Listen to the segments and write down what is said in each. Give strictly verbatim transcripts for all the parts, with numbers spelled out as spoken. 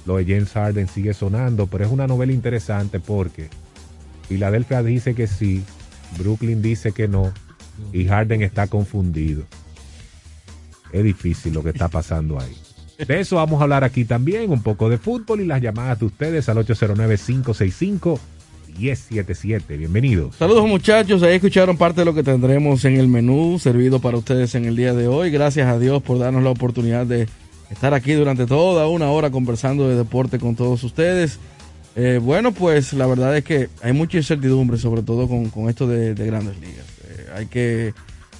Lo de James Harden sigue sonando, pero es una novela interesante porque Filadelfia dice que sí, Brooklyn dice que no, y Harden está confundido. Es difícil lo que está pasando ahí. De eso vamos a hablar aquí también, un poco de fútbol y las llamadas de ustedes al ocho cero nueve, cinco seis cinco, uno cero siete siete. Bienvenidos. Saludos muchachos, ahí escucharon parte de lo que tendremos en el menú servido para ustedes en el día de hoy. Gracias a Dios por darnos la oportunidad de estar aquí durante toda una hora conversando de deporte con todos ustedes. Eh, bueno, pues la verdad es que hay mucha incertidumbre, sobre todo con, con esto de, de Grandes Ligas. Eh, hay que...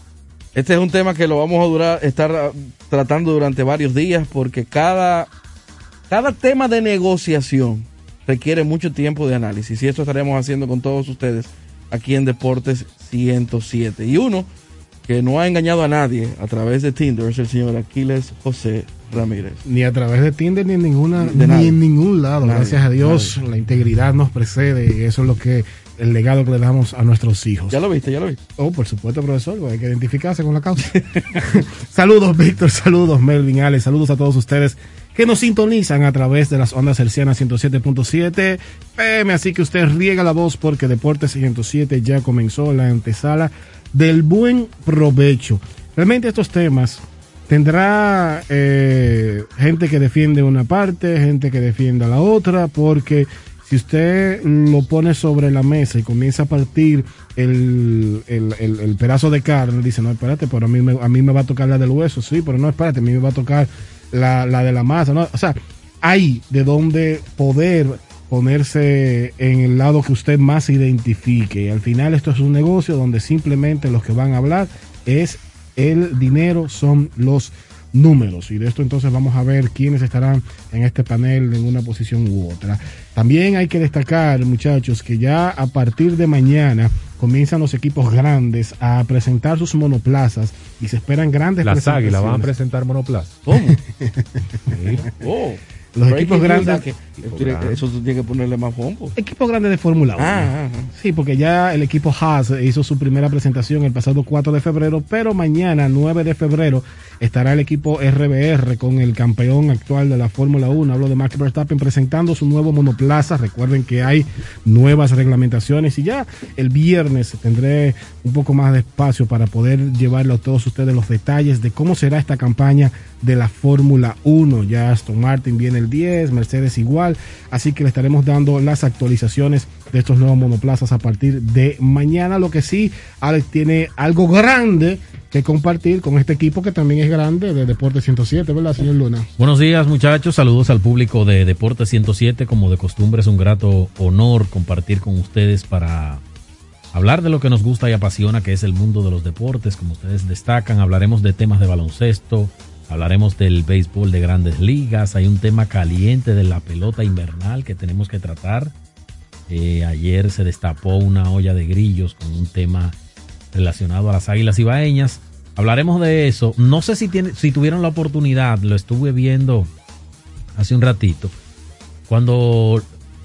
Este es un tema que lo vamos a durar, estar tratando durante varios días porque cada, cada tema de negociación requiere mucho tiempo de análisis y eso estaremos haciendo con todos ustedes aquí en Deportes ciento siete. Y uno que no ha engañado a nadie a través de Tinder es el señor Aquiles José Ramírez. Ni a través de Tinder ni en ninguna ni nadie. en ningún lado. Nadie, Gracias a Dios, nadie. La integridad nos precede y eso es lo que el legado que le damos a nuestros hijos. ¿Ya lo viste? ¿Ya lo viste? Oh, por supuesto, profesor, hay que identificarse con la causa. Saludos, Víctor, saludos, Melvin, Alex, saludos a todos ustedes que nos sintonizan a través de las ondas hercianas ciento siete punto siete P M, así que usted riega la voz porque Deportes ciento siete ya comenzó la antesala del buen provecho. Realmente estos temas tendrá eh, gente que defiende una parte, gente que defienda la otra, porque si usted lo pone sobre la mesa y comienza a partir el, el, el, el pedazo de carne, dice, no, espérate, pero a mí, me, a mí me va a tocar la del hueso, sí, pero no, espérate, a mí me va a tocar la, la de la masa, ¿no? O sea, hay de donde poder ponerse en el lado que usted más se identifique. Y al final esto es un negocio donde simplemente los que van a hablar es el dinero, son los números, y de esto entonces vamos a ver quiénes estarán en este panel en una posición u otra. También hay que destacar, muchachos, que ya a partir de mañana comienzan los equipos grandes a presentar sus monoplazas y se esperan grandes Las presentaciones. Águilas van a presentar monoplazas. ¿Cómo? Sí. Oh. Los equipos grandes, que, eso tú tienes que ponerle más pompo. Equipos grandes de Fórmula uno. Ah, ah, ah. Sí, porque ya el equipo Haas hizo su primera presentación el pasado cuatro de febrero, pero mañana, nueve de febrero, estará el equipo R B R con el campeón actual de la Fórmula uno. Hablo de Max Verstappen presentando su nuevo monoplaza. Recuerden que hay nuevas reglamentaciones y ya el viernes tendré un poco más de espacio para poder llevarle a todos ustedes los detalles de cómo será esta campaña de la Fórmula uno. Ya Aston Martin viene el diez, Mercedes igual, así que le estaremos dando las actualizaciones de estos nuevos monoplazas a partir de mañana. Lo que sí, Alex tiene algo grande que compartir con este equipo que también es grande de Deportes ciento siete, ¿verdad, señor Luna? Buenos días, muchachos, saludos al público de Deportes ciento siete. Como de costumbre es un grato honor compartir con ustedes para hablar de lo que nos gusta y apasiona, que es el mundo de los deportes. Como ustedes destacan, hablaremos de temas de baloncesto, hablaremos del béisbol de Grandes Ligas. Hay un tema caliente de la pelota invernal que tenemos que tratar. Eh, ayer se destapó una olla de grillos con un tema relacionado a las Águilas Ibaeñas. Hablaremos de eso. No sé si, tiene, si tuvieron la oportunidad, lo estuve viendo hace un ratito, cuando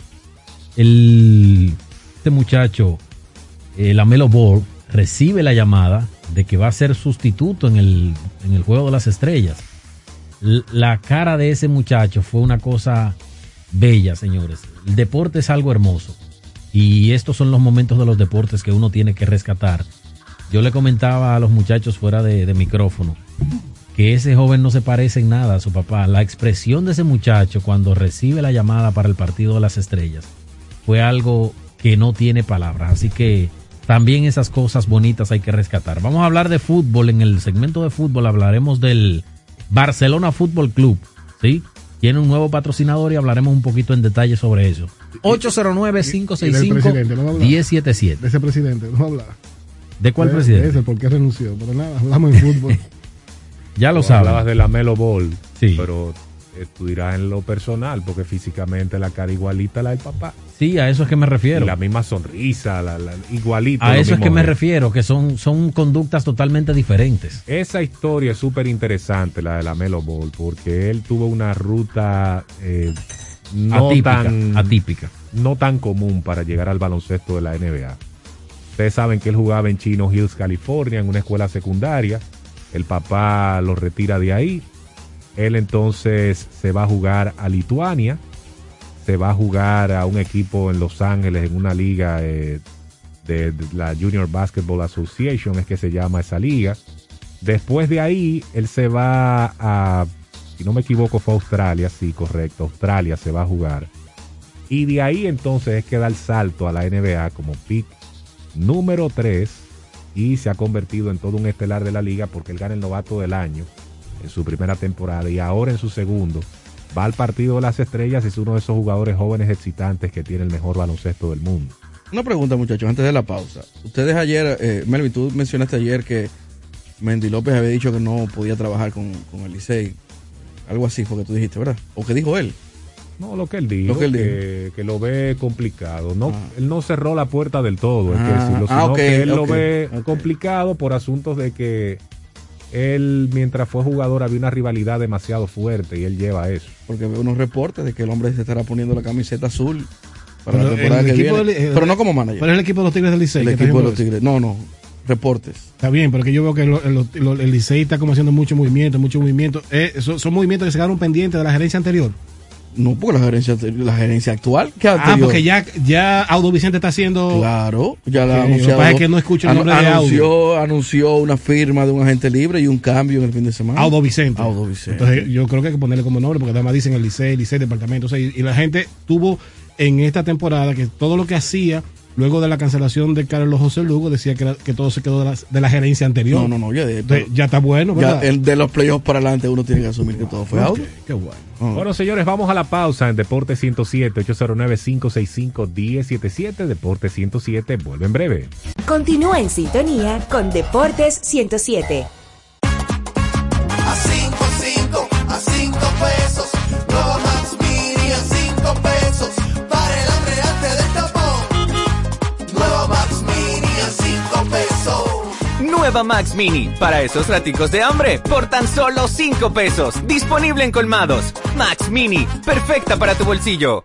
el, este muchacho, el LaMelo Ball, recibe la llamada de que va a ser sustituto en el, en el Juego de las Estrellas. La cara de ese muchacho fue una cosa bella, señores. El deporte es algo hermoso y estos son los momentos de los deportes que uno tiene que rescatar. Yo le comentaba a los muchachos fuera de, de micrófono que ese joven no se parece en nada a su papá. La expresión de ese muchacho cuando recibe la llamada para el Partido de las Estrellas fue algo que no tiene palabras. Así que también esas cosas bonitas hay que rescatar. Vamos a hablar de fútbol. En el segmento de fútbol hablaremos del Barcelona Fútbol Club, ¿sí? Tiene un nuevo patrocinador y hablaremos un poquito en detalle sobre eso. ocho cero nueve, cinco seis cinco, uno cero siete siete. De ese presidente, no hablar. ¿De cuál de, presidente? De ese, ¿por qué renunció? Pero nada, hablamos en fútbol. Ya lo Tú sabes. Hablabas de LaMelo Ball, sí, pero eh, tú dirás en lo personal, porque físicamente la cara igualita a la del papá. Sí, a eso es que me refiero. Y la misma sonrisa, la, la, igualita. A eso es que me refiero, que son, son conductas totalmente diferentes. Esa historia es súper interesante, la de LaMelo Ball, porque él tuvo una ruta eh, no atípica, tan atípica, no tan común para llegar al baloncesto de la N B A. Ustedes saben que él jugaba en Chino Hills, California, en una escuela secundaria. El papá lo retira de ahí. Él entonces se va a jugar a Lituania se va a jugar a un equipo en Los Ángeles, en una liga eh, de, de la Junior Basketball Association, es que se llama esa liga. Después de ahí, él se va a, si no me equivoco, fue a Australia, sí, correcto, Australia se va a jugar. Y de ahí entonces es que da el salto a la N B A como pick número tres y se ha convertido en todo un estelar de la liga porque él gana el novato del año en su primera temporada y ahora en su segundo va al partido de las estrellas y es uno de esos jugadores jóvenes excitantes que tiene el mejor baloncesto del mundo. Una pregunta, muchachos, antes de la pausa. Ustedes ayer, eh, Melvin, tú mencionaste ayer que Mendy López había dicho que no podía trabajar con, con el Licey. Algo así fue que tú dijiste, ¿verdad? ¿O qué dijo él? No, lo que él dijo, lo que, él dijo. Que, que lo ve complicado. No, ah. Él no cerró la puerta del todo, ah. es que decirlo, sino ah, okay, que él okay, lo ve okay. complicado por asuntos de que él, mientras fue jugador, había una rivalidad demasiado fuerte y él lleva eso. Porque veo unos reportes de que el hombre se estará poniendo la camiseta azul para pero la temporada el que viene. Del, pero no como manager. ¿Cuál es el equipo de los Tigres del Licey? El equipo de los Tigres. No, no. Reportes. Está bien, porque yo veo que lo, lo, lo, el Licey está como haciendo mucho movimiento, mucho movimiento. Eh, son, son movimientos que se quedaron pendientes de la gerencia anterior. No, porque la gerencia, la gerencia actual. ¿Qué ah, anterior? porque ya, ya Audo Vicente está haciendo. Claro, ya la ha anunciado. Lo que pasa es que no escucho el nombre anunció, de Audo. Anunció una firma de un agente libre y un cambio en el fin de semana. Audo Vicente. Audo Vicente. Entonces yo creo que hay que ponerle como nombre, porque además dicen el Licey, Licey, departamento. O sea, y, y la gente tuvo en esta temporada que todo lo que hacía. Luego de la cancelación de Carlos José Lugo, decía que, era, que todo se quedó de la, de la gerencia anterior. No, no, no. Ya, de, de, ya está bueno, ¿verdad? Ya el de los playoffs para adelante uno tiene que asumir que todo fue okay, audio. Qué bueno. Uh-huh. Bueno, señores, vamos a la pausa en Deporte ciento siete, ocho cero nueve, cinco seis cinco, uno cero siete siete. Deporte ciento siete, vuelve en breve. Continúa en sintonía con Deportes ciento siete. A cinco, cinco, a cinco pesos. Nueva Max Mini a cinco pesos. Para el hambre antes del tapón. Nueva Max Mini a cinco pesos. Nueva Max Mini, para esos raticos de hambre, por tan solo cinco pesos. Disponible en colmados. Max Mini, perfecta para tu bolsillo.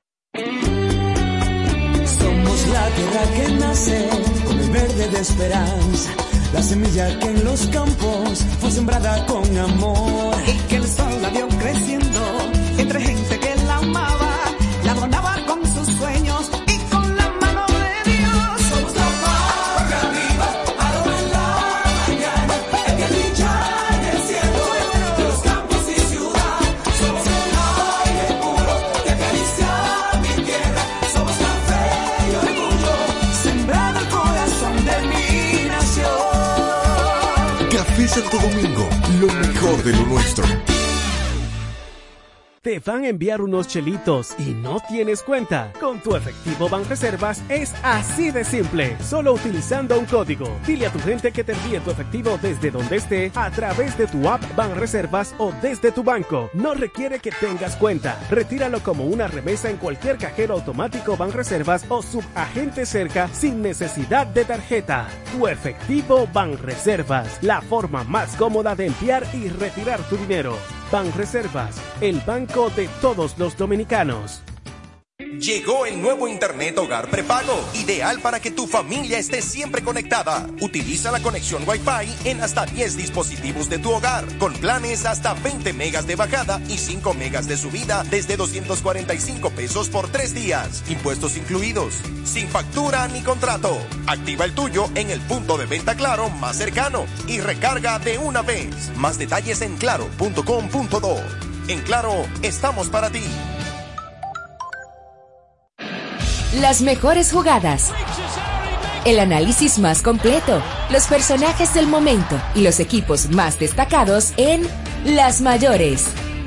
Somos la tierra que nace con el verde de esperanza. La semilla que en los campos fue sembrada con amor. Y que el sol la vio creciendo entre gente que la amaba. La adornaba con sus sueños y con la mano de Dios. Somos la paz de arriba, aro en la mañana. El que brilla en el cielo de los campos y ciudad. Somos el aire puro que acaricia mi tierra. Somos café y orgullo, sembrado el corazón de mi nación. Café Santo Domingo, lo mejor de lo nuestro. Te van a enviar unos chelitos y no tienes cuenta. Con tu efectivo Banreservas es así de simple. Solo utilizando un código. Dile a tu gente que te envíe tu efectivo desde donde esté, a través de tu app Banreservas o desde tu banco. No requiere que tengas cuenta. Retíralo como una remesa en cualquier cajero automático Banreservas o subagente cerca sin necesidad de tarjeta. Tu efectivo Banreservas, la forma más cómoda de enviar y retirar tu dinero. Banreservas, el banco de todos los dominicanos. Llegó el nuevo Internet Hogar Prepago, ideal para que tu familia esté siempre conectada. Utiliza la conexión Wi-Fi en hasta diez dispositivos de tu hogar, con planes hasta veinte megas de bajada y cinco megas de subida desde doscientos cuarenta y cinco pesos por tres días, impuestos incluidos, sin factura ni contrato. Activa el tuyo en el punto de venta Claro más cercano y recarga de una vez. Más detalles en claro punto com punto do. En Claro, estamos para ti. Las mejores jugadas, el análisis más completo, los personajes del momento y los equipos más destacados en Las Mayores.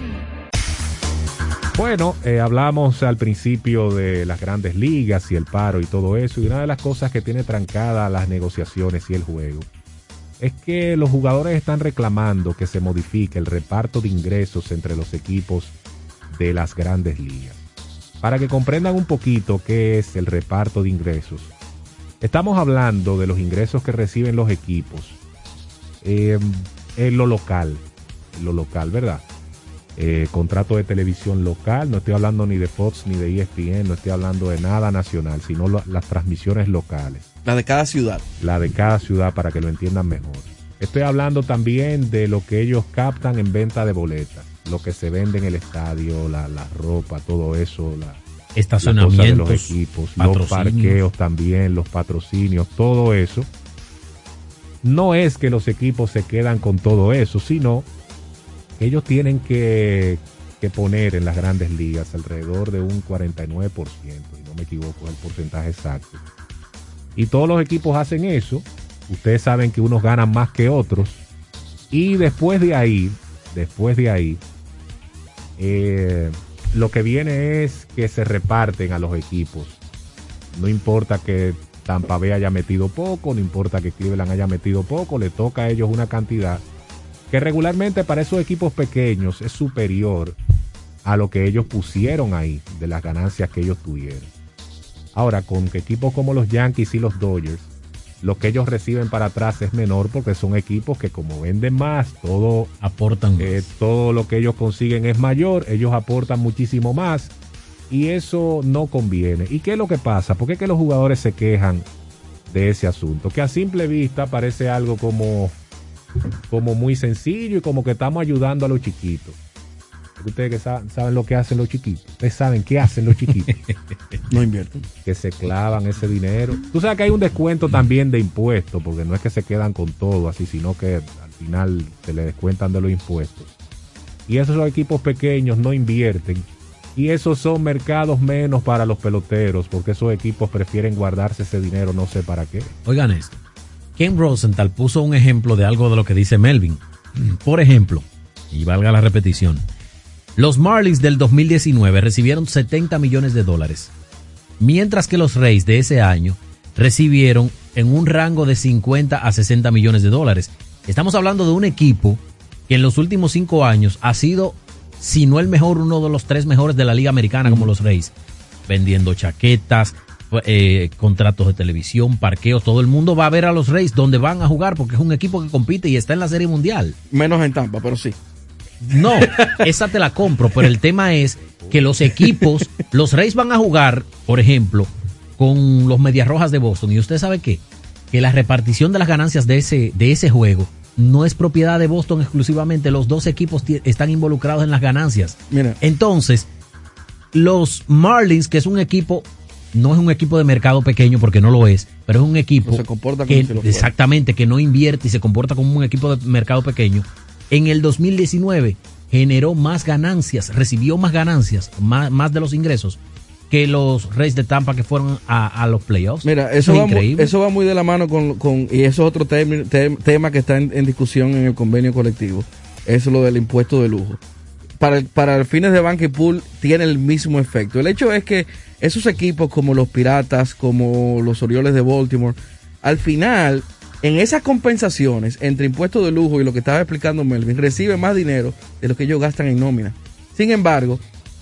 Bueno, eh, hablamos al principio de las grandes ligas y el paro y todo eso, y una de las cosas que tiene trancada las negociaciones y el juego es que los jugadores están reclamando que se modifique el reparto de ingresos entre los equipos de las grandes ligas. Para que comprendan un poquito qué es el reparto de ingresos, estamos hablando de los ingresos que reciben los equipos eh, en lo local, en lo local, ¿verdad? Eh, contrato de televisión local, no estoy hablando ni de Fox ni de E S P N, no estoy hablando de nada nacional, sino lo, las transmisiones locales. La de cada ciudad. La de cada ciudad, para que lo entiendan mejor. Estoy hablando también de lo que ellos captan en venta de boletas, lo que se vende en el estadio, la, la ropa, todo eso, la, estacionamientos, de los equipos, los parqueos también, los patrocinios, todo eso. No es que los equipos se quedan con todo eso, sino que ellos tienen que, que poner en las grandes ligas alrededor de un cuarenta y nueve por ciento, si no me equivoco, el porcentaje exacto. Y todos los equipos hacen eso. Ustedes saben que unos ganan más que otros. Y después de ahí, después de ahí, eh, lo que viene es que se reparten a los equipos. No importa que Tampa Bay haya metido poco, no importa que Cleveland haya metido poco, le toca a ellos una cantidad que regularmente para esos equipos pequeños es superior a lo que ellos pusieron ahí, de las ganancias que ellos tuvieron. Ahora, con equipos como los Yankees y los Dodgers, lo que ellos reciben para atrás es menor porque son equipos que como venden más, todo aportan eh, más. todo lo que ellos consiguen es mayor, ellos aportan muchísimo más. Y eso no conviene. ¿Y qué es lo que pasa? ¿Por qué es que los jugadores se quejan de ese asunto? Que a simple vista parece algo como, como muy sencillo y como que estamos ayudando a los chiquitos. Ustedes que saben, saben lo que hacen los chiquitos. Ustedes saben qué hacen los chiquitos. No invierten. Que se clavan ese dinero. Tú sabes que hay un descuento también de impuestos, porque no es que se quedan con todo así, sino que al final se le descuentan de los impuestos. Y esos equipos pequeños no invierten. Y esos son mercados menos para los peloteros, porque esos equipos prefieren guardarse ese dinero, no sé para qué. Oigan esto. Ken Rosenthal puso un ejemplo de algo de lo que dice Melvin. Por ejemplo, y valga la repetición, los Marlins del dos mil diecinueve recibieron setenta millones de dólares, mientras que los Rays de ese año recibieron en un rango de cincuenta a sesenta millones de dólares. Estamos hablando de un equipo que en los últimos cinco años ha sido, si no el mejor, uno de los tres mejores de la Liga Americana, como los Rays, vendiendo chaquetas, eh, contratos de televisión, parqueos. Todo el mundo va a ver a los Rays donde van a jugar porque es un equipo que compite y está en la Serie Mundial. Menos en Tampa, pero sí. No, esa te la compro, pero el tema es que los equipos, los Rays van a jugar, por ejemplo, con los Medias Rojas de Boston. ¿Y usted sabe qué? Que la repartición de las ganancias de ese, de ese juego no es propiedad de Boston exclusivamente. Los dos equipos t- están involucrados en las ganancias. Mira. Entonces, los Marlins, que es un equipo, no es un equipo de mercado pequeño porque no lo es, pero es un equipo se comporta que, como si lo fuera. exactamente, que no invierte y se comporta como un equipo de mercado pequeño. En el dos mil diecinueve generó más ganancias, recibió más ganancias, más, más de los ingresos que los Rays de Tampa que fueron a, a los playoffs. Mira, eso, es va, increíble. Muy, eso va muy de la mano con, con y eso es otro tem, tem, tema que está en, en discusión en el convenio colectivo. Eso es lo del impuesto de lujo. Para, el, para el fines de banca y pool tiene el mismo efecto. El hecho es que esos equipos como los Piratas, como los Orioles de Baltimore, al final, en esas compensaciones entre impuestos de lujo y lo que estaba explicando Melvin, reciben más dinero de lo que ellos gastan en nómina. Sin embargo,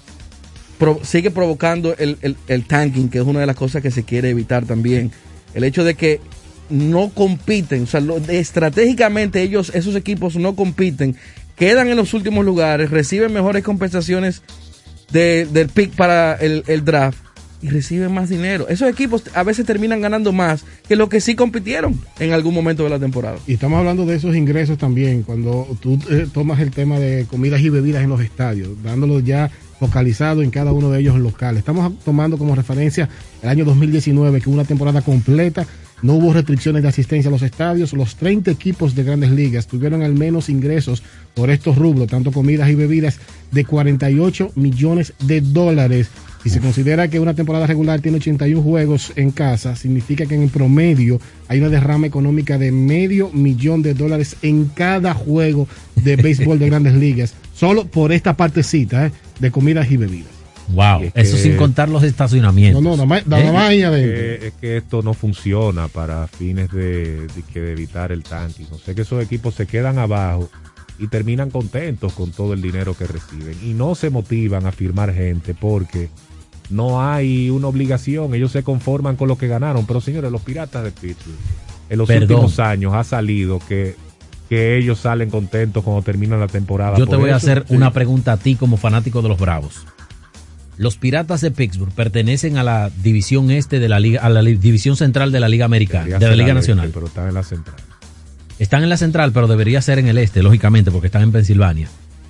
pro, sigue provocando el, el, el tanking, que es una de las cosas que se quiere evitar también. El hecho de que no compiten, o sea, lo, estratégicamente ellos, esos equipos no compiten, quedan en los últimos lugares, reciben mejores compensaciones de, del pick para el, el draft y reciben más dinero. Esos equipos a veces terminan ganando más que los que sí compitieron en algún momento de la temporada. Y estamos hablando de esos ingresos también, cuando tú eh, tomas el tema de comidas y bebidas en los estadios, dándolo ya focalizado en cada uno de ellos locales. Estamos tomando como referencia el año dos mil diecinueve, que hubo una temporada completa, no hubo restricciones de asistencia a los estadios, los treinta equipos de Grandes Ligas tuvieron al menos ingresos por estos rubros, tanto comidas y bebidas, de cuarenta y ocho millones de dólares. Si se considera que una temporada regular tiene ochenta y uno juegos en casa, significa que en promedio hay una derrama económica de medio millón de dólares en cada juego de béisbol de Grandes Ligas, solo por esta partecita ¿eh? de comidas y bebidas. Wow, es eso que, sin contar los estacionamientos. No, no, nada más, nada ¿Eh? más ahí es, adentro. que, es que esto no funciona para fines de, de, que de evitar el tanking. No sé, que esos equipos se quedan abajo y terminan contentos con todo el dinero que reciben y no se motivan a firmar gente porque no hay una obligación, ellos se conforman con lo que ganaron. Pero señores, los Piratas de Pittsburgh en los Perdón. últimos años ha salido que, que ellos salen contentos cuando terminan la temporada. Yo te voy eso, a hacer sí. una pregunta a ti como fanático de los Bravos. Los Piratas de Pittsburgh pertenecen a la división este de la liga, a la li, división central de la Liga Americana, debería de la Liga Nacional. Este, pero están en la central. Están en la central, pero debería ser en el este, lógicamente, porque están en Pensilvania.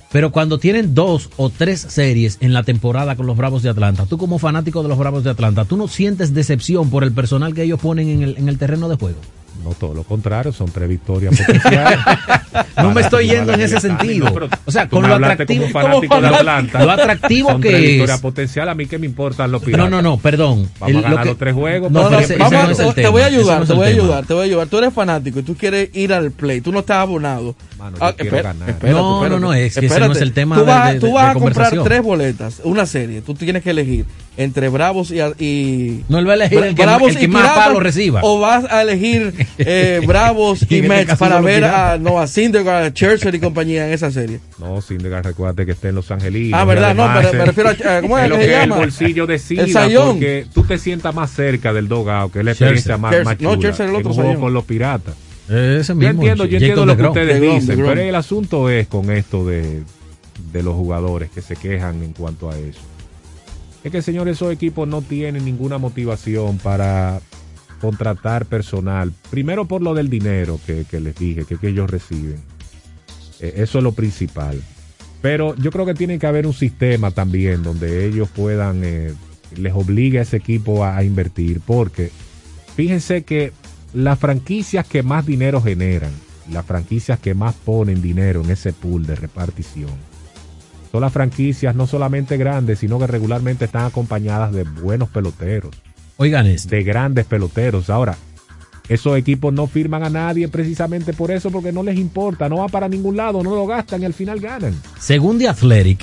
Pero cuando tienen dos o tres series en la temporada con los Bravos de Atlanta, tú como fanático de los Bravos de Atlanta, ¿tú no sientes decepción por el personal que ellos ponen en el, en el terreno de juego? No, todo lo contrario, son tres victorias potenciales. No me estoy yendo en ese sentido. No, o sea, con lo atractivo, como fanático como de Atlanta, lo atractivo son que tres es. victorias potenciales, a mí que me importan los Piratas. No, no, no, perdón. Vamos El, a ganar que, los tres juegos. No, no, ese, ese vamos, no es el te tema, voy a ayudar, no es te el voy a tema. ayudar, te voy a ayudar. Tú eres fanático y tú quieres ir al play, tú no estás abonado. Mano, yo Ah, quiero espera, ganar. espérate, No, espérate, no, no, es que ese espérate. no es el tema Tú de- vas, de- tú de vas a comprar conversación. tres boletas, una serie. Tú tienes que elegir entre Bravos y... y No, él va a elegir el que, Bravos el que y más Piratas, palo reciba. O vas a elegir eh, Bravos Y y en este Mets caso para son los ver Piratas. a Noah Syndergaard, a Scherzer y compañía en esa serie. No, Syndergaard, recuérdate que está en Los Angelinos. Ah, y ¿verdad? No, además, me, me refiero a... a- ¿Cómo es es lo que que se el llama? bolsillo decida, El Sayón. porque tú te sientas más cerca del dogao, que es la experiencia Scherzer. más, Scherzer. más chula. No, Scherzer es el en otro un juego Sayón. con los Piratas. Ese mismo, Yo entiendo, yo Jacob entiendo lo que deGrom. ustedes DeGrom, dicen, DeGrom. pero el asunto es con esto de, de los jugadores que se quejan en cuanto a eso. Es que, señores, esos equipos no tienen ninguna motivación para contratar personal. Primero por lo del dinero que, que les dije, que, que ellos reciben. Eh, eso es lo principal. Pero yo creo que tiene que haber un sistema también donde ellos puedan, eh, les obligue a ese equipo a, a invertir, porque fíjense que las franquicias que más dinero generan, las franquicias que más ponen dinero en ese pool de repartición, son las franquicias no solamente grandes, sino que regularmente están acompañadas de buenos peloteros, Oigan esto. de grandes peloteros. Ahora, esos equipos no firman a nadie precisamente por eso, porque no les importa, no va para ningún lado, no lo gastan y al final ganan. Según The Athletic,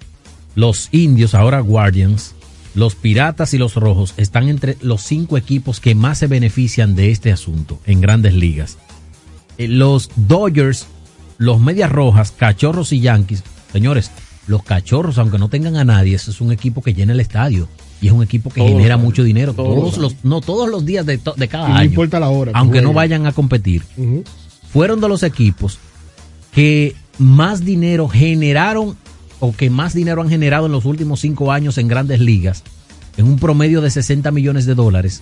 los indios, ahora Guardians, los Piratas y los Rojos están entre los cinco equipos que más se benefician de este asunto en grandes ligas. Eh, Los Dodgers, los Medias Rojas, Cachorros y Yankees, señores, los Cachorros, aunque no tengan a nadie, ese es un equipo que llena el estadio y es un equipo que Todos genera los mucho dinero todos todos los los no todos los días de, to- de cada Y no año. importa la hora que aunque no jueguen. vayan a competir. Ujú. Fueron de los equipos que más dinero generaron o que más dinero han generado en los últimos cinco años en grandes ligas, en un promedio de sesenta millones de dólares,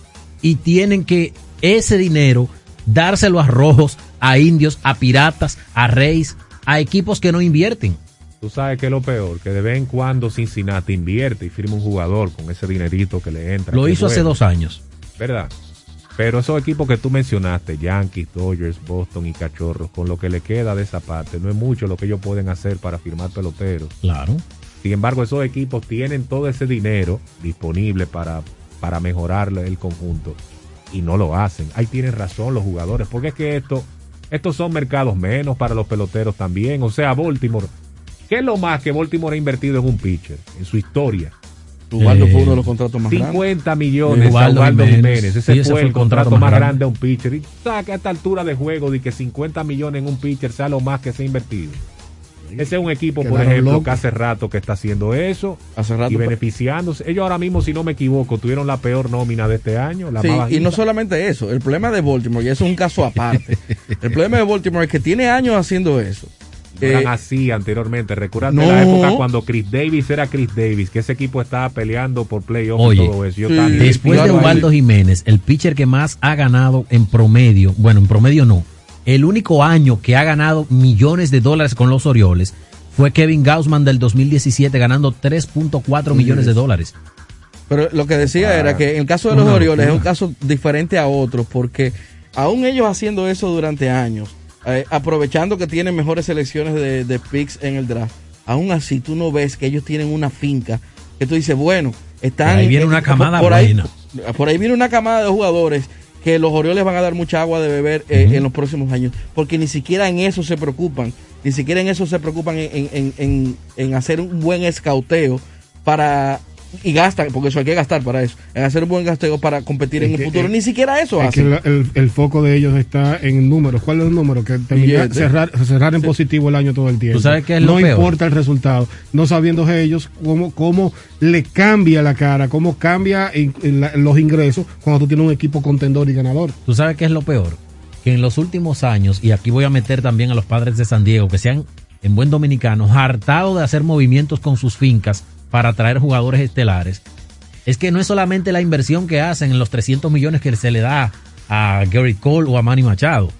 y tienen que ese dinero dárselo a Rojos, a Indios, a Piratas, a Reyes, a equipos que no invierten. Tú sabes que es lo peor, que de vez en cuando Cincinnati invierte y firma un jugador con ese dinerito que le entra. Lo que hizo hace bueno, dos años. ¿verdad? Pero esos equipos que tú mencionaste, Yankees, Dodgers, Boston y Cachorros, con lo que le queda de esa parte, no es mucho lo que ellos pueden hacer para firmar peloteros. Claro. Sin embargo, esos equipos tienen todo ese dinero disponible para, para mejorar el conjunto y no lo hacen. Ahí tienen razón los jugadores, porque es que esto, estos son mercados menos para los peloteros también. O sea, Baltimore, ¿qué es lo más que Baltimore ha invertido en un pitcher en su historia? Ubaldo Eh, fue uno de los contratos más grandes. cincuenta millones Ubaldo a Ubaldo Jiménez. Jiménez. Ese Sí, ese fue el contrato más grande grande. a un pitcher. Y sabes que a esta altura de juego de que cincuenta millones en un pitcher sea lo más que se ha invertido. Ese es un equipo, por Quedaron ejemplo, locos. que hace rato que está haciendo eso Hace rato. y beneficiándose. Ellos ahora mismo, si no me equivoco, tuvieron la peor nómina de este año. La Sí, más y bajita. no solamente eso, el problema de Baltimore, y eso es un caso aparte, el problema de Baltimore es que tiene años haciendo eso. No eran Eh, así anteriormente. Recuerda no. la época cuando Chris Davis era Chris Davis, que ese equipo estaba peleando por playoffs y Oye, todo eso. Yo sí. estaba bien Después de metido ahí. Ubaldo Jiménez, el pitcher que más ha ganado en promedio, bueno, en promedio no, el único año que ha ganado millones de dólares con los Orioles fue Kevin Gausman del dos mil diecisiete, ganando tres punto cuatro millones de dólares. Pero lo que decía Ah, era que en el caso de los una Orioles es un locura. caso diferente a otros, porque aún ellos haciendo eso durante años, eh, aprovechando que tienen mejores selecciones de, de picks en el draft, aún así tú no ves que ellos tienen una finca que tú dices, bueno, están... Por ahí viene una eh, camada por ahí, buena. por ahí viene una camada de jugadores que los Orioles van a dar mucha agua de beber eh, Ujú. en los próximos años, porque ni siquiera en eso se preocupan, ni siquiera en eso se preocupan en, en, en, en, en hacer un buen escauteo para... Y gastan, porque eso hay que gastar para eso, en hacer un buen gasteo para competir Es en el que- futuro. es- Ni siquiera eso Es que hacen. el, el- el foco de ellos está en números. ¿Cuál es el número? Que terminar, Billete. cerrar, cerrar en positivo el año todo el tiempo. ¿Tú sabes qué es lo no peor? importa el resultado. No sabiendo ellos cómo, cómo le cambia la cara, cómo cambia en- en la- los ingresos cuando tú tienes un equipo contendor y ganador. ¿Tú sabes qué es lo peor? Que en los últimos años, y aquí voy a meter también a los Padres de San Diego, que se han, en buen dominicano, hartado de hacer movimientos con sus fincas para atraer jugadores estelares. Es que no es solamente la inversión que hacen en los trescientos millones que se le da a Garrett Cole o a Manny Machado.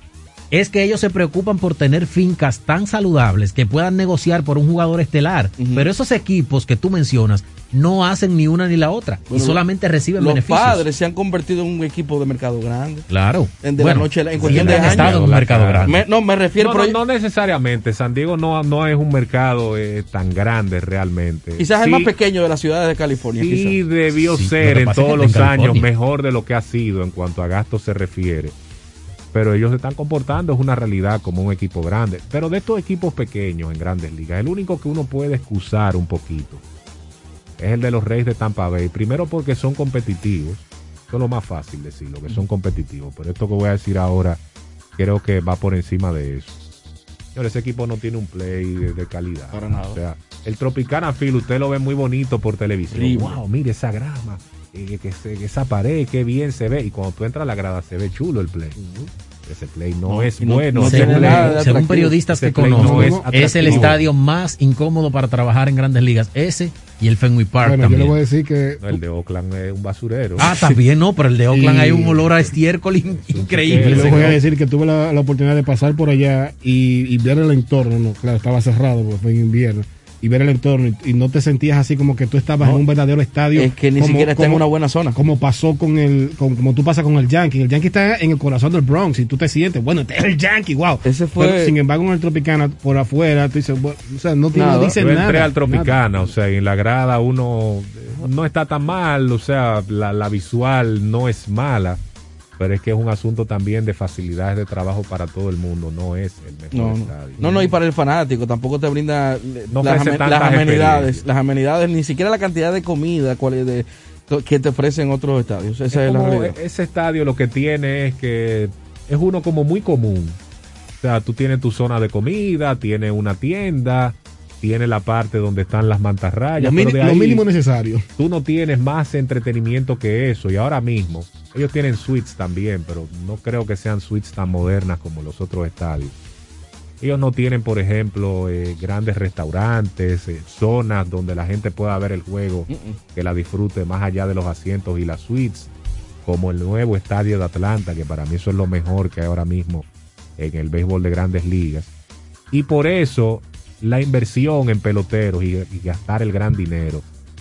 es que ellos se preocupan por tener fincas tan saludables que puedan negociar por un jugador estelar. Uh-huh. Pero esos equipos que tú mencionas no hacen ni una ni la otra bueno, y solamente reciben los beneficios. Los Padres se han convertido en un equipo de mercado grande. Claro. En, de bueno, la noche, en cuestión de han años. estado en un mercado grande. Me, no, me refiero... No, no, no necesariamente. San Diego no, no es un mercado eh, tan grande realmente. Quizás sí, el más pequeño de las ciudades de California. Sí, quizás. debió sí, ser en todos los años mejor de lo que ha sido en cuanto a gastos se refiere. Pero ellos se están comportando, es una realidad, como un equipo grande. Pero de estos equipos pequeños en grandes ligas, el único que uno puede excusar un poquito es el de los Reyes de Tampa Bay. Primero porque son competitivos. Eso es lo más fácil decirlo, que son competitivos. Pero esto que voy a decir ahora, creo que va por encima de eso. Señor, ese equipo no tiene un play de, de calidad. Para nada. O sea, el Tropicana Field, usted lo ve muy bonito por televisión. Sí, wow, mire esa grama, eh, que se, esa pared, qué bien se ve. Y cuando tú entras a la grada, se ve chulo el play. Uh-huh. Ese play no, no es no, bueno. No según, según periodistas que conozco, no es, es el estadio más incómodo para trabajar en grandes ligas. Ese y el Fenway Park bueno, también. Yo le voy a decir que... No, el de Oakland es un basurero. Ah, también no, pero el de Oakland y... hay un olor a estiércol in, increíble. Yo le voy a decir que tuve la, la oportunidad de pasar por allá y, y ver el entorno. No, claro, estaba cerrado porque fue en invierno. Y ver el entorno y, y no te sentías así como que tú estabas no, en un verdadero estadio. Es que ni como, siquiera está como, en una buena zona. Como pasó con el, con, como tú pasas con el Yankee. El Yankee está en el corazón del Bronx y tú te sientes, bueno, este es el Yankee, wow. Ese fue. Pero, sin embargo, en el Tropicana, por afuera, tú dices, bueno, o sea, no, te, no dice Yo nada. entré al Tropicana, nada. O sea, en la grada uno no está tan mal, o sea, la, la visual no es mala. Pero es que es un asunto también de facilidades de trabajo para todo el mundo, no es el mejor no, estadio. No, no, y para el fanático tampoco te brinda no las, am las amenidades, las amenidades, ni siquiera la cantidad de comida cuál es de, que te ofrecen otros estadios. Esa es, es la realidad. Ese estadio lo que tiene es que es uno como muy común. O sea, tú tienes tu zona de comida, tienes una tienda, tiene la parte donde están las mantarrayas. Lo, pero de ahí, lo mínimo necesario. Tú no tienes más entretenimiento que eso. Y ahora mismo, ellos tienen suites también, pero no creo que sean suites tan modernas como los otros estadios. Ellos no tienen, por ejemplo, eh, grandes restaurantes, eh, zonas donde la gente pueda ver el juego, uh-uh. que la disfrute más allá de los asientos y las suites, como el nuevo estadio de Atlanta, que para mí eso es lo mejor que hay ahora mismo en el béisbol de grandes ligas. Y por eso la inversión en peloteros y, y gastar el gran dinero,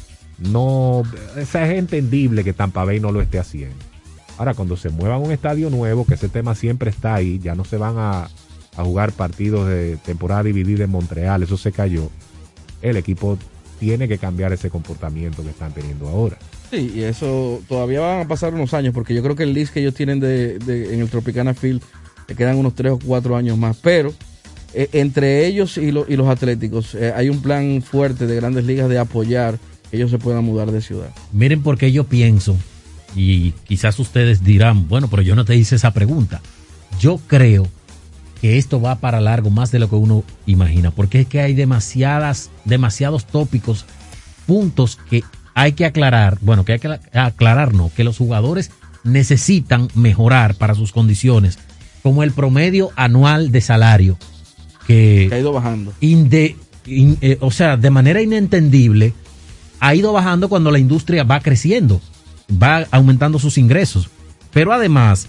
no, es entendible que Tampa Bay no lo esté haciendo. Ahora, cuando se mueva a un estadio nuevo, que ese tema siempre está ahí, ya no se van a, a jugar partidos de temporada dividida en Montreal, eso se cayó. El equipo tiene que cambiar ese comportamiento que están teniendo ahora. Sí, y eso todavía van a pasar unos años, porque yo creo que el list que ellos tienen de, de, en el Tropicana Field le quedan unos tres o cuatro años más, pero eh, entre ellos y, lo, y los Atléticos eh, hay un plan fuerte de Grandes Ligas de apoyar que ellos se puedan mudar de ciudad. Miren por qué yo pienso, y quizás ustedes dirán, bueno, pero yo no te hice esa pregunta. Yo creo que esto va para largo más de lo que uno imagina, porque es que hay demasiadas, demasiados tópicos, puntos que hay que aclarar, bueno, que hay que aclarar, no, que los jugadores necesitan mejorar para sus condiciones, como el promedio anual de salario, que, que ha ido bajando. Inde, in, eh, o sea, de manera inentendible, ha ido bajando cuando la industria va creciendo, va aumentando sus ingresos. Pero además,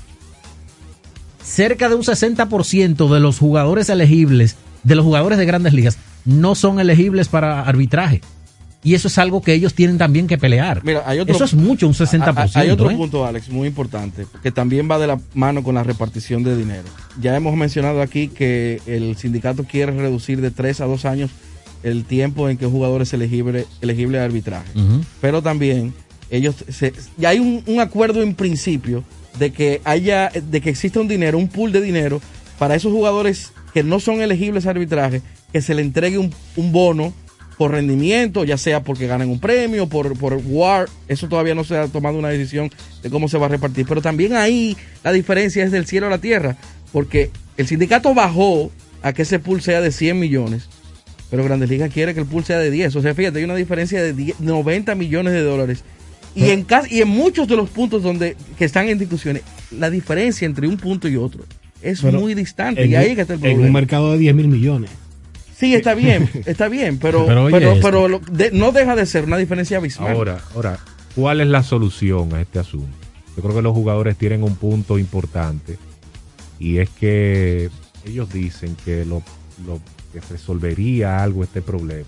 cerca de un sesenta por ciento de los jugadores elegibles, de los jugadores de grandes ligas, no son elegibles para arbitraje. Y eso es algo que ellos tienen también que pelear. Mira, hay otro, eso es mucho, un sesenta por ciento. Hay otro ¿eh? punto, Alex, muy importante, que también va de la mano con la repartición de dinero. Ya hemos mencionado aquí que el sindicato quiere reducir de tres a dos años el tiempo en que un jugador es elegible, elegible a arbitraje. Uh-huh. Pero también ellos se, ya hay un, un acuerdo en principio de que haya, de que exista un dinero, un pool de dinero para esos jugadores que no son elegibles a arbitraje, que se le entregue un, un bono por rendimiento, ya sea porque ganan un premio, por, por W A R, eso todavía no se ha tomado una decisión de cómo se va a repartir, pero también ahí la diferencia es del cielo a la tierra, porque el sindicato bajó a que ese pool sea de cien millones, pero Grandes Ligas quiere que el pool sea de diez, o sea, fíjate, hay una diferencia de diez, noventa millones de dólares, y en, y en muchos de los puntos donde que están en discusiones, la diferencia entre un punto y otro es pero muy distante, en, y ahí que está el problema. En un mercado de diez mil millones. Sí, está bien, está bien, pero pero, pero, pero lo, de, no deja de ser una diferencia abismal. Ahora, ahora, ¿cuál es la solución a este asunto? Yo creo que los jugadores tienen un punto importante y es que ellos dicen que lo, lo que resolvería algo este problema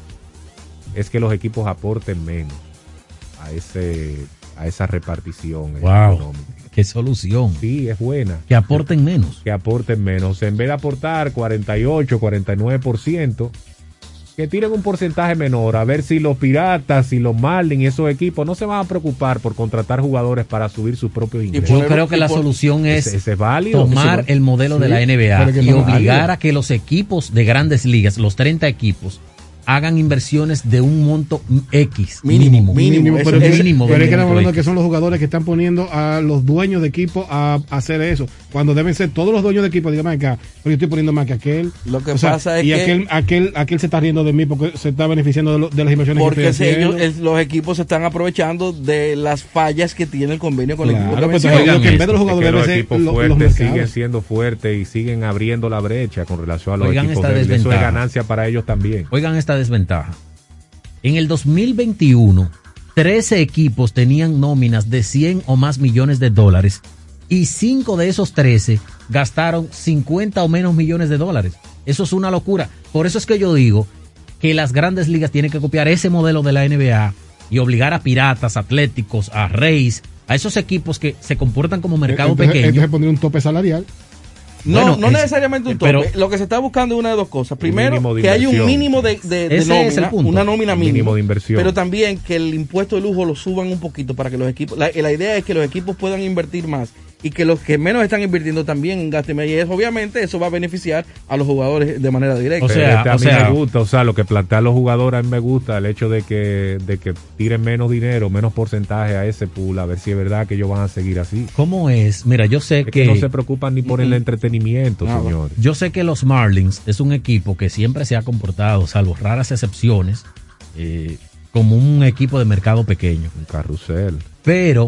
es que los equipos aporten menos a ese a esa repartición wow, económica. Qué solución. Sí, es buena. Que aporten menos. Que aporten menos. En vez de aportar cuarenta y ocho, cuarenta y nueve por ciento, que tiren un porcentaje menor, a ver si los Piratas y los Marlins y esos equipos no se van a preocupar por contratar jugadores para subir sus propios ingresos. Yo creo que la solución es ese, ese es válido. tomar el modelo sí, de la N B A y obligar a que los equipos de grandes ligas, los treinta equipos, hagan inversiones de un monto X, mínimo. Mínimo, mínimo, Eso pero, es que, mínimo pero es que estamos hablando X. que son los jugadores que están poniendo a los dueños de equipo a, a hacer eso, cuando deben ser todos los dueños de equipo, digan acá, pero yo estoy poniendo más que aquel. Lo que o sea, pasa es y que aquel, aquel, aquel se está riendo de mí porque se está beneficiando de, lo, de las inversiones porque que estoy si ellos, haciendo. es, los equipos se están aprovechando de las fallas que tiene el convenio con Claro, el equipo. pues, Que oigan, que en vez de los jugadores es que los deben equipos ser lo- fuertes los mercados. siguen siendo fuertes y siguen abriendo la brecha con relación a los Oigan equipos esta débiles. Eso es desventaja. ganancia para ellos también. Oigan esta desventaja. En el dos mil veintiuno, trece equipos tenían nóminas de cien o más millones de dólares y cinco de esos trece gastaron cincuenta o menos millones de dólares. Eso es una locura. Por eso es que yo digo que las grandes ligas tienen que copiar ese modelo de la N B A y obligar a Piratas, Atléticos, a Rays, a esos equipos que se comportan como mercado entonces, pequeño. entonces pondría un tope salarial. No, Bueno, no es- necesariamente un tope. pero- Lo que se está buscando es una de dos cosas. Primero, mínimo de que haya un inversión. mínimo de, de, de Ese es el nómina, punto. una nómina Un mínima. mínimo de inversión. Pero también que el impuesto de lujo lo suban un poquito para que los equipos... La, la idea es que los equipos puedan invertir más y que los que menos están invirtiendo también gasten más. Y eso, obviamente, eso va a beneficiar a los jugadores de manera directa. O sea, Pero este a o mí sea- me gusta, o sea, lo que plantean los jugadores a mí me gusta, el hecho de que, de que tiren menos dinero, menos porcentaje a ese pool, a ver si es verdad que ellos van a seguir así. ¿Cómo es? Mira, yo sé Es que, que... no se preocupan ni por el entretenimiento, Nada. señores. Yo sé que los Marlins es un equipo que siempre se ha comportado, salvo raras excepciones, eh, como un equipo de mercado pequeño. Un carrusel. Pero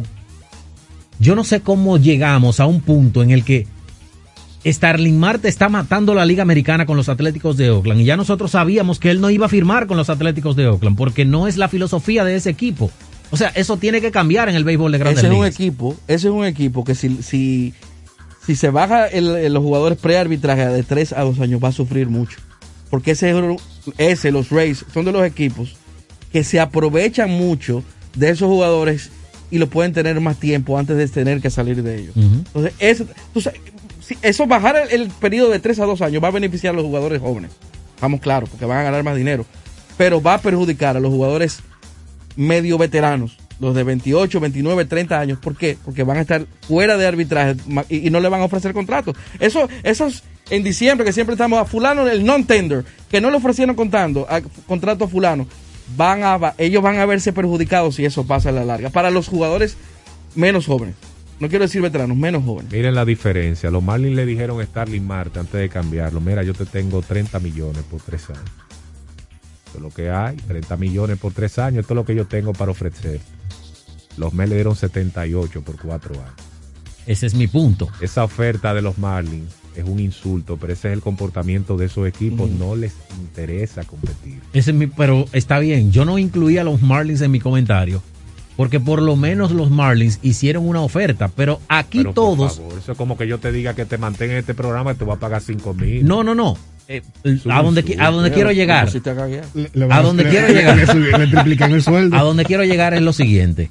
yo no sé cómo llegamos a un punto en el que Starling Marte está matando la Liga Americana con los Atléticos de Oakland y ya nosotros sabíamos que él no iba a firmar con los Atléticos de Oakland porque no es la filosofía de ese equipo. O sea, eso tiene que cambiar en el béisbol de grandes Ese es un ligas. equipo, ese es un equipo que si, si, si se baja el, el- los jugadores pre-arbitraje de tres a dos años va a sufrir mucho. Porque ese, es un- ese, los Rays, son de los equipos que se aprovechan mucho de esos jugadores y lo pueden tener más tiempo antes de tener que salir de ellos. Ujú. Entonces, eso, tú sabes, si eso bajar el, el periodo de tres a dos años va a beneficiar a los jugadores jóvenes. Estamos claros, porque van a ganar más dinero. Pero va a perjudicar a los jugadores medio veteranos, los de veintiocho, veintinueve, treinta años. ¿Por qué? Porque van a estar fuera de arbitraje ma- y, y no le van a ofrecer contratos. Eso, esos en diciembre que siempre estamos a fulano, el non-tender, que no le ofrecieron contando, a, contrato a fulano, van a, va- ellos van a verse perjudicados si eso pasa a la larga. Para los jugadores menos jóvenes. No quiero decir veteranos, menos jóvenes. Miren la diferencia. Los Marlins le dijeron a Starling Marte antes de cambiarlo, mira, yo te tengo treinta millones por tres años. Esto es lo que hay, treinta millones por tres años, esto es lo que yo tengo para ofrecer. Los Mets le dieron setenta y ocho por cuatro años. Ese es mi punto. Esa oferta de los Marlins es un insulto, pero ese es el comportamiento de esos equipos. Mm. No les interesa competir. Ese es mi, pero está bien, yo no incluía a los Marlins en mi comentario, porque por lo menos los Marlins hicieron una oferta, pero aquí Pero, por todos... favor, eso es como que yo te diga que te mantenga en este programa y te voy a pagar cinco mil. No, no, no. Eh, Es un a donde, insulto. a donde quiero llegar, Si te cagueas. Le- le a van donde le- quiero le- llegar, Le, subi- le triplican el sueldo. a donde quiero llegar es lo siguiente.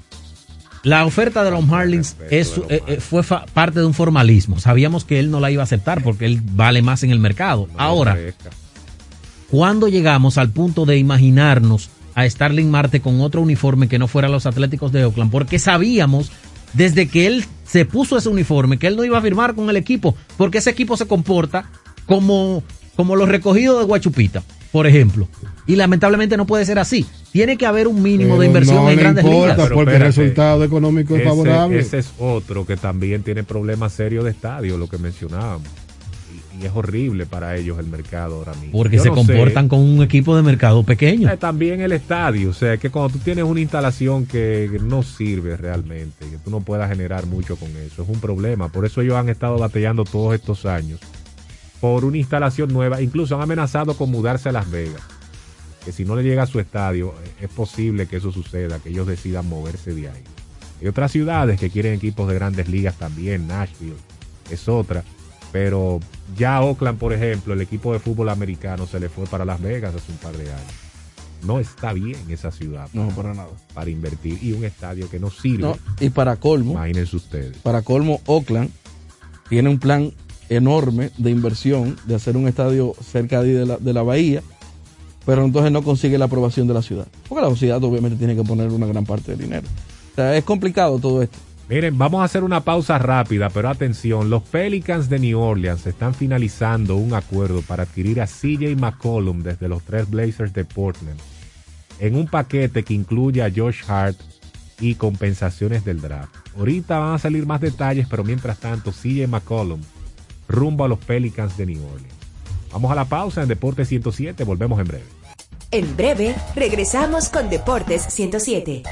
La oferta de los Marlins respeto es, de los eh, eh, Marlins. fue fa- parte de un formalismo. Sabíamos que él no la iba a aceptar porque él vale más en el mercado. No Ahora, ofrezca. ¿cuándo llegamos al punto de imaginarnos a Starling Marte con otro uniforme que no fuera los Atléticos de Oakland? Porque sabíamos desde que él se puso ese uniforme que él no iba a firmar con el equipo, porque ese equipo se comporta como, como los recogidos de Guachupita, por ejemplo. Y lamentablemente no puede ser así. Tiene que haber un mínimo de Pero inversión no en le grandes importa, ligas. Pero porque el espérate. resultado económico es Ese- favorable. Ese es otro que también tiene problemas serios de estadio, lo que mencionábamos. Y, y es horrible para ellos el mercado ahora mismo. Porque Yo se no comportan sé. con un equipo de mercado pequeño. Eh, También el estadio, o sea, que cuando tú tienes una instalación que que no sirve realmente, que tú no puedas generar mucho con eso, es un problema. Por eso ellos han estado batallando todos estos años por una instalación nueva. Incluso han amenazado con mudarse a Las Vegas, que si no le llega a su estadio, es posible que eso suceda, que ellos decidan moverse de ahí. Hay otras ciudades que quieren equipos de grandes ligas también, Nashville, es otra. Pero ya Oakland, por ejemplo, el equipo de fútbol americano se le fue para Las Vegas hace un par de años. No está bien esa ciudad. No, para nada. Para invertir. Y un estadio que no sirve. No, y para colmo. Imagínense ustedes. Para colmo, Oakland tiene un plan enorme de inversión de hacer un estadio cerca de la, de la bahía, pero entonces no consigue la aprobación de la ciudad. Porque la ciudad obviamente tiene que poner una gran parte del dinero. O sea, es complicado todo esto. Miren, vamos a hacer una pausa rápida, pero atención, los Pelicans de New Orleans están finalizando un acuerdo para adquirir a C J McCollum desde los Trail Blazers de Portland, en un paquete que incluye a Josh Hart y compensaciones del draft. Ahorita van a salir más detalles, pero mientras tanto, C J McCollum rumbo a los Pelicans de New Orleans. Vamos a la pausa en Deportes ciento siete, volvemos en breve. En breve, regresamos con Deportes ciento siete.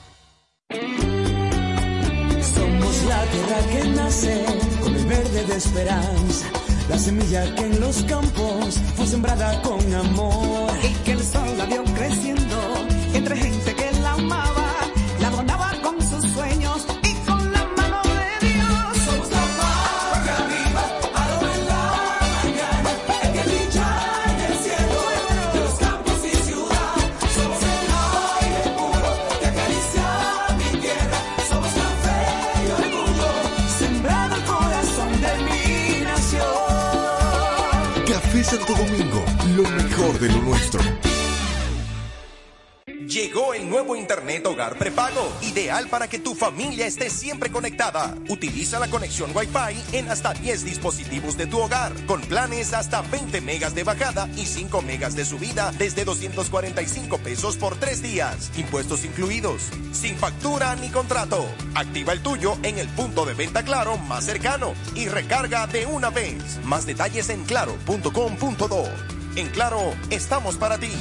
Somos la tierra que nace con el verde de esperanza, la semilla que en los campos fue sembrada con amor y que el sol la vio creciendo entre gente que la amaba, la adornaba con sus sueños y con la mano de Dios. Somos la patria viva, aro en la mañana, el que brilla en el cielo de los campos y ciudad. Somos el aire puro que acaricia mi tierra. Somos café y orgullo, sembrado el corazón de mi nación. Café Santo Domingo, lo mejor de lo nuestro. Llegó el nuevo Internet Hogar Prepago, ideal para que tu familia esté siempre conectada. Utiliza la conexión Wi-Fi en hasta diez dispositivos de tu hogar, con planes hasta veinte megas de bajada y cinco megas de subida desde doscientos cuarenta y cinco pesos por tres días, impuestos incluidos, sin factura ni contrato. Activa el tuyo en el punto de venta Claro más cercano y recarga de una vez. Más detalles en claro punto com punto do. En Claro, estamos para ti.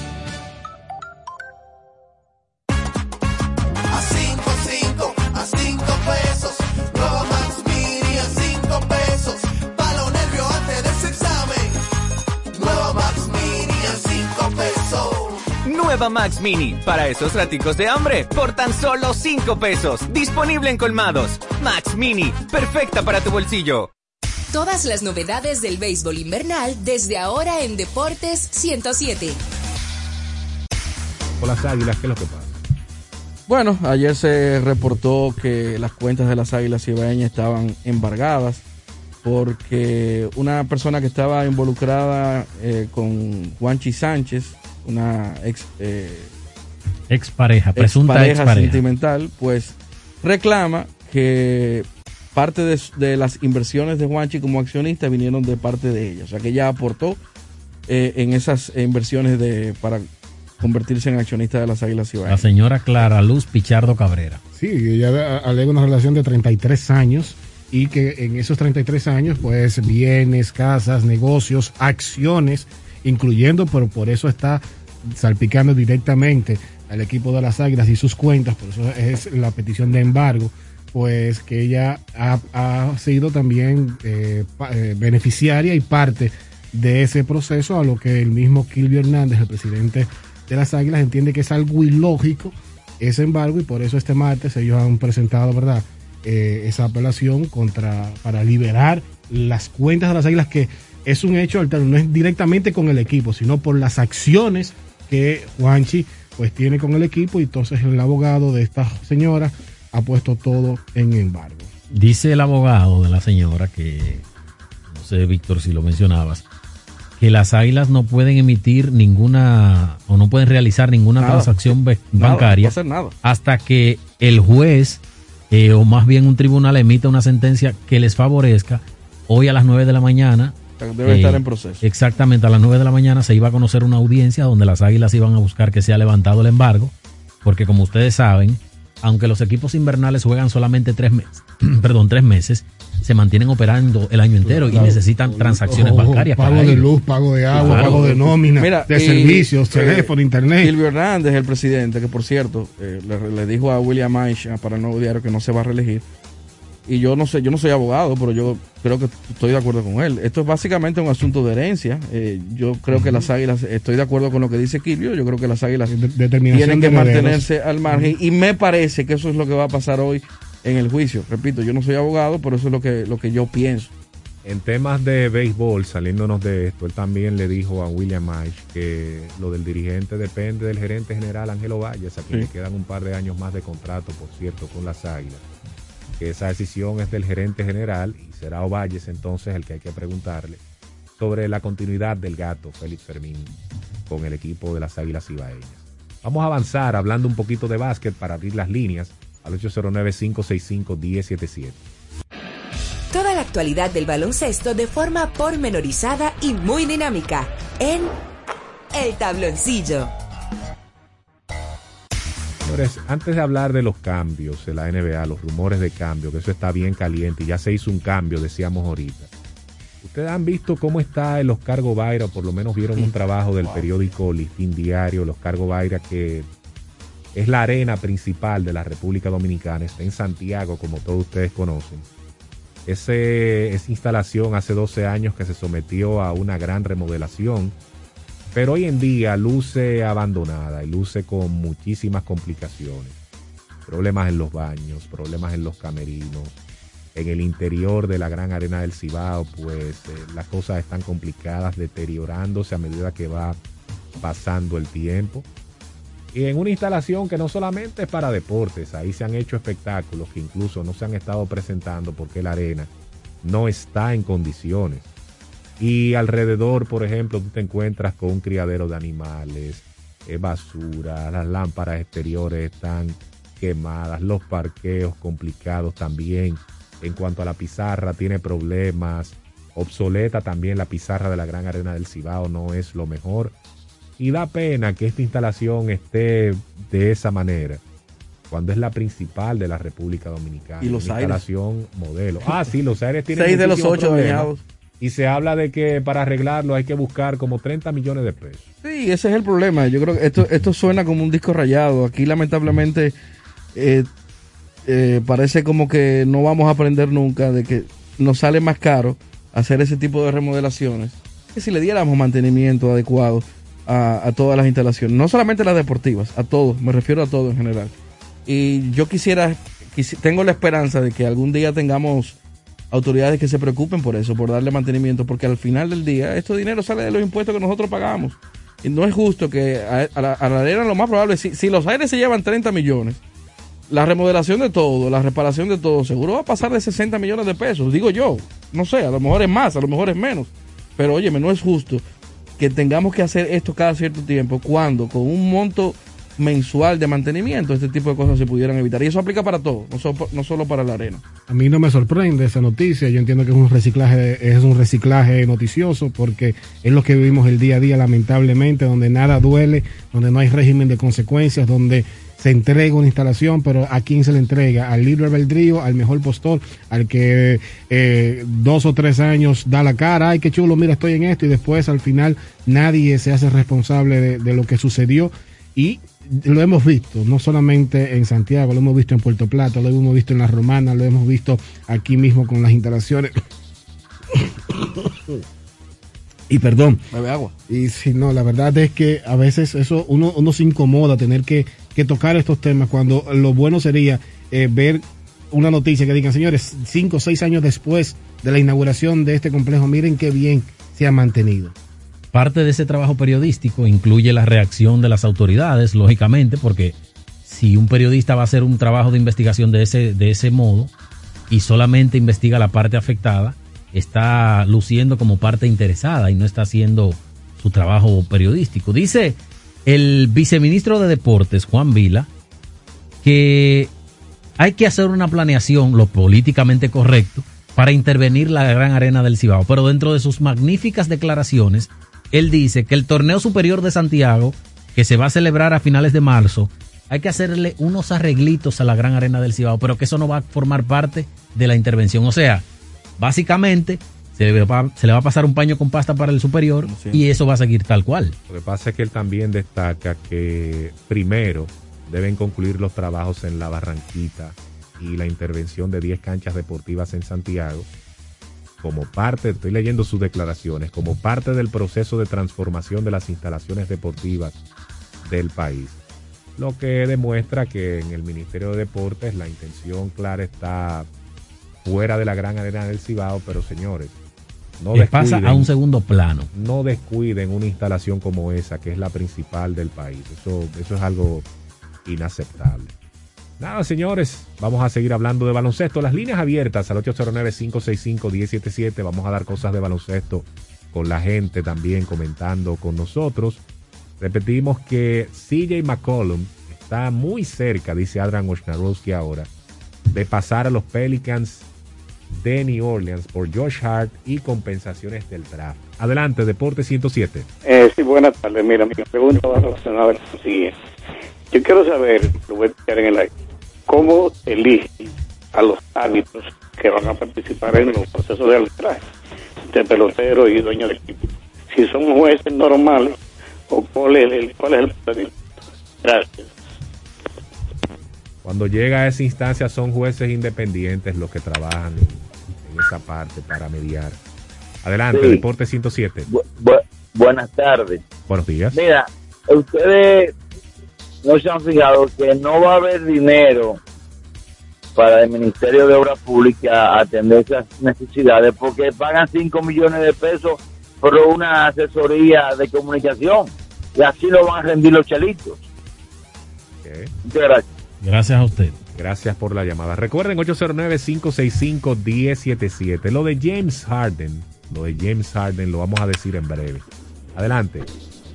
A cinco, cinco, a cinco pesos. Nueva Max Mini a cinco pesos. Pa' los nervios antes de ese examen. Nueva Max Mini a cinco pesos. Nueva Max Mini, para esos raticos de hambre, por tan solo cinco pesos. Disponible en colmados. Max Mini, perfecta para tu bolsillo. Todas las novedades del béisbol invernal desde ahora en Deportes ciento siete. Con las Águilas, ¿qué es lo que pasa? Bueno, ayer se reportó que las cuentas de las Águilas Cibaeñas estaban embargadas porque una persona que estaba involucrada eh, con Juanchi Sánchez, una ex eh, ex pareja, presunta pareja ex pareja sentimental, pues reclama que parte de, de las inversiones de Juanchi como accionista vinieron de parte de ella, o sea que ella aportó eh, en esas inversiones de para convertirse en accionista de las Águilas Cibaeñas. La señora Clara Luz Pichardo Cabrera. Sí, ella alega una relación de treinta y tres años y que en esos treinta y tres años, pues, bienes, casas, negocios, acciones, incluyendo, pero por eso está salpicando directamente al equipo de las Águilas y sus cuentas, por eso es la petición de embargo, pues que ella ha, ha sido también eh, eh, beneficiaria y parte de ese proceso, a lo que el mismo Kilby Hernández, el presidente de las Águilas, entiende que es algo ilógico ese embargo y por eso este martes ellos han presentado, ¿verdad?, eh, esa apelación contra para liberar las cuentas de las Águilas, que es un hecho alterno, no es directamente con el equipo, sino por las acciones que Juanchi pues tiene con el equipo, y entonces el abogado de esta señora ha puesto todo en embargo. Dice el abogado de la señora que, no sé, Víctor, si lo mencionabas, que las Águilas no pueden emitir ninguna o no pueden realizar ninguna nada, transacción nada, bancaria no hacer nada. hasta que el juez eh, o más bien un tribunal emita una sentencia que les favorezca. Hoy a las nueve de la mañana debe eh, estar en proceso. Exactamente, a las nueve de la mañana se iba a conocer una audiencia donde las Águilas iban a buscar que sea levantado el embargo, porque como ustedes saben, aunque los equipos invernales juegan solamente tres meses, perdón, tres meses, se mantienen operando el año entero y necesitan transacciones bancarias. Pago para de ello. luz, pago de agua, Claro. pago de nómina, Mira, de y, servicios, eh, teléfono, internet. Silvio Hernández, el presidente, que por cierto, eh, le, le dijo a William Aisha para el Nuevo Diario que no se va a reelegir. Y yo no sé, yo no soy abogado, pero yo creo que estoy de acuerdo con él. Esto es básicamente un asunto de herencia. Eh, yo creo uh-huh. que las Águilas, estoy de acuerdo con lo que dice Kilvio, yo creo que las Águilas de- tienen que de mantenerse herederos. al margen, uh-huh. y me parece que eso es lo que va a pasar hoy en el juicio. Repito, yo no soy abogado, pero eso es lo que, lo que yo pienso. En temas de béisbol, saliéndonos de esto, él también le dijo a William Marsh que lo del dirigente depende del gerente general Ángelo Valles, a quien Sí. le quedan un par de años más de contrato, por cierto, con las Águilas. Que esa decisión es del gerente general y será Ovalles entonces el que hay que preguntarle sobre la continuidad del gato Félix Fermín con el equipo de las Águilas Ibaeñas. Vamos a avanzar hablando un poquito de básquet para abrir las líneas al ocho cero nueve, cinco seis cinco, uno cero siete siete. Toda la actualidad del baloncesto de forma pormenorizada y muy dinámica en El Tabloncillo. Señores, antes de hablar de los cambios en la N B A, los rumores de cambio, que eso está bien caliente y ya se hizo un cambio, decíamos ahorita. Ustedes han visto cómo está el Oscar Gobaira, o por lo menos vieron un trabajo del periódico Listín Diario, el Oscar Gobaira, que es la arena principal de la República Dominicana, está en Santiago, como todos ustedes conocen. Ese, esa instalación hace doce años que se sometió a una gran remodelación, pero hoy en día luce abandonada y luce con muchísimas complicaciones. Problemas en los baños, problemas en los camerinos. En el interior de la gran arena del Cibao, pues eh, las cosas están complicadas, deteriorándose a medida que va pasando el tiempo. Y en una instalación que no solamente es para deportes, ahí se han hecho espectáculos que incluso no se han estado presentando porque la arena no está en condiciones. Y alrededor, por ejemplo, tú te encuentras con un criadero de animales, eh, basura, las lámparas exteriores están quemadas, los parqueos complicados también. En cuanto a la pizarra, tiene problemas, obsoleta también la pizarra de la gran arena del Cibao, no es lo mejor. Y da pena que esta instalación esté de esa manera, cuando es la principal de la República Dominicana. Y los una aires. Instalación modelo. Ah, sí, los aires tienen Seis de los muchísimos ocho problemas. dañados. Y se habla de que para arreglarlo hay que buscar como treinta millones de pesos. Sí, ese es el problema. Yo creo que esto, esto suena como un disco rayado. Aquí lamentablemente eh, eh, parece como que no vamos a aprender nunca de que nos sale más caro hacer ese tipo de remodelaciones que si le diéramos mantenimiento adecuado a, a todas las instalaciones. No solamente las deportivas, a todos. Me refiero a todo en general. Y yo quisiera, quisi- tengo la esperanza de que algún día tengamos autoridades que se preocupen por eso, por darle mantenimiento, porque al final del día, este dinero sale de los impuestos que nosotros pagamos. Y no es justo que a, a la, a la arena lo más probable, si, si los aires se llevan treinta millones, la remodelación de todo, la reparación de todo, seguro va a pasar de sesenta millones de pesos, digo yo. No sé, a lo mejor es más, a lo mejor es menos. Pero óyeme, no es justo que tengamos que hacer esto cada cierto tiempo, cuando con un monto mensual de mantenimiento este tipo de cosas se pudieran evitar. Y eso aplica para todo, no solo, no solo para la arena. A mí no me sorprende esa noticia. Yo entiendo que es un reciclaje, es un reciclaje noticioso, porque es lo que vivimos el día a día, lamentablemente, donde nada duele, donde no hay régimen de consecuencias, donde se entrega una instalación, pero ¿a quién se le entrega? Al libre albedrío, al mejor postor, al que eh, dos o tres años da la cara, ay, qué chulo, mira, estoy en esto, y después al final nadie se hace responsable de, de lo que sucedió. Y lo hemos visto, no solamente en Santiago, lo hemos visto en Puerto Plata, lo hemos visto en La Romana, lo hemos visto aquí mismo con las instalaciones. Y perdón. Bebe agua. Y si no, la verdad es que a veces eso uno, uno se incomoda tener que, que tocar estos temas, cuando lo bueno sería eh, ver una noticia que digan, señores, cinco o seis años después de la inauguración de este complejo, miren qué bien se ha mantenido. Parte de ese trabajo periodístico incluye la reacción de las autoridades, lógicamente, porque si un periodista va a hacer un trabajo de investigación de ese, de ese modo y solamente investiga la parte afectada, está luciendo como parte interesada y no está haciendo su trabajo periodístico. Dice el viceministro de Deportes, Juan Vila, que hay que hacer una planeación, lo políticamente correcto, para intervenir la gran arena del Cibao. Pero dentro de sus magníficas declaraciones, él dice que el torneo superior de Santiago, que se va a celebrar a finales de marzo, hay que hacerle unos arreglitos a la gran arena del Cibao, pero que eso no va a formar parte de la intervención. O sea, básicamente se le va, se le va a pasar un paño con pasta para el superior, sí, y eso va a seguir tal cual. Lo que pasa es que él también destaca que primero deben concluir los trabajos en la Barranquita y la intervención de diez canchas deportivas en Santiago, como parte, estoy leyendo sus declaraciones, como parte del proceso de transformación de las instalaciones deportivas del país. Lo que demuestra que en el Ministerio de Deportes la intención clara está fuera de la gran arena del Cibao, pero señores, No les pasa a un segundo plano. No descuiden una instalación como esa, que es la principal del país. Eso, eso es algo inaceptable. Nada, señores, vamos a seguir hablando de baloncesto. Las líneas abiertas al ocho cero nueve, cinco seis cinco, uno cero siete siete. Vamos a dar cosas de baloncesto con la gente también comentando con nosotros. Repetimos que C J McCollum está muy cerca, dice Adrian Wojnarowski ahora, de pasar a los Pelicans de New Orleans por Josh Hart y compensaciones del draft. Adelante, Deporte ciento siete. Eh, sí, buenas tardes. Mira, mi pregunta va relacionada a lo siguiente. Yo quiero saber, lo voy a explicar en el aire, ¿cómo eligen a los árbitros que van a participar en los procesos de arbitraje de pelotero y dueño de equipo? Si son jueces normales o cuál es el, cuál es el procedimiento. Gracias. Cuando llega a esa instancia son jueces independientes los que trabajan en, en esa parte para mediar. Adelante, sí. Deporte ciento siete. Bu bu buenas tardes. Buenos días. Mira, ustedes no se han fijado que no va a haber dinero para el Ministerio de Obras Públicas atender esas necesidades porque pagan cinco millones de pesos por una asesoría de comunicación y así lo van a rendir los chelitos. Okay. Muchas gracias. Gracias a usted. Gracias por la llamada. Recuerden ocho cero nueve, cinco seis cinco, uno cero siete siete. Lo de James Harden, lo de James Harden lo vamos a decir en breve. Adelante.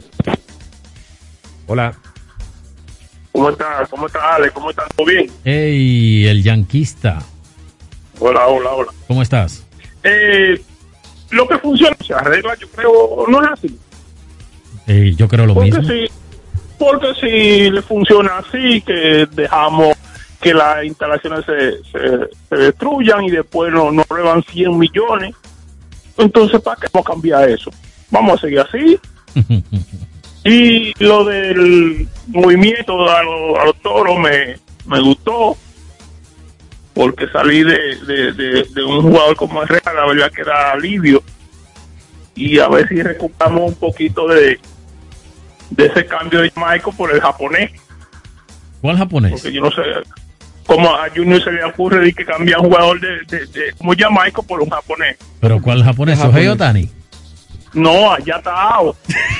Hola. ¿Cómo estás? ¿Cómo estás, Ale? ¿Cómo estás? ¿Todo bien? Hey, el yanquista. Hola, hola, hola. ¿Cómo estás? Eh, lo que funciona se arregla, yo creo, no es así. Eh, yo creo lo porque mismo. Si, porque si le funciona así, que dejamos que las instalaciones se, se, se destruyan y después nos no prueban cien millones, entonces ¿para qué vamos a cambiar eso? Vamos a seguir así. Y lo del movimiento a los, a los toros me, me gustó, porque salí de, de, de, de un jugador como Herrera, la verdad que era alivio, y a ver si recuperamos un poquito de, de ese cambio de Jamaica por el japonés. ¿Cuál japonés? Porque yo no sé, como a Junior se le ocurre de que cambia un jugador de, de, de como Jamaica por un japonés. ¿Pero cuál japonés? ¿Shohei Ohtani? No, allá está Ao.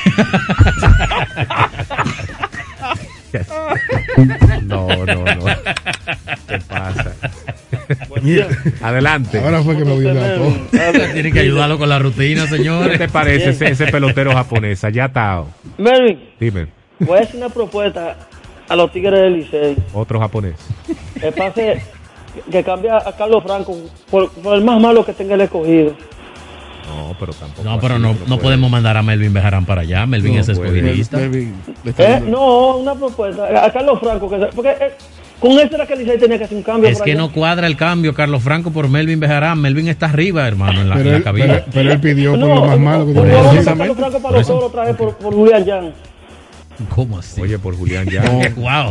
No, no, no. ¿Qué pasa? Adelante. Ahora fue que me olvidó todo. Tienen que ayudarlo con la rutina, señores. ¿Qué te parece ese, ese pelotero japonés? Allá está. Melvin, dime. voy a hacer una propuesta a los Tigres del Licey. Otro japonés. Que pase, que cambie a Carlos Franco por, por el más malo que tenga el escogido. No, pero tampoco. No, pero así, no, no, no podemos mandar a Melvin Bejarán para allá. Melvin no es escogidista. Eh, no, una propuesta. A Carlos Franco, que, porque eh, con eso era que el Licey tenía que hacer un cambio. Es que allá. no cuadra el cambio, Carlos Franco por Melvin Bejarán. Melvin está arriba, hermano, en la, pero, en la él, cabina. pero, pero él pidió por no, lo más malo que por tenía. eso, Carlos Franco para los toros otra vez por, por Julián Jan. ¿Cómo así? Oye, por Julián ya. No, wow.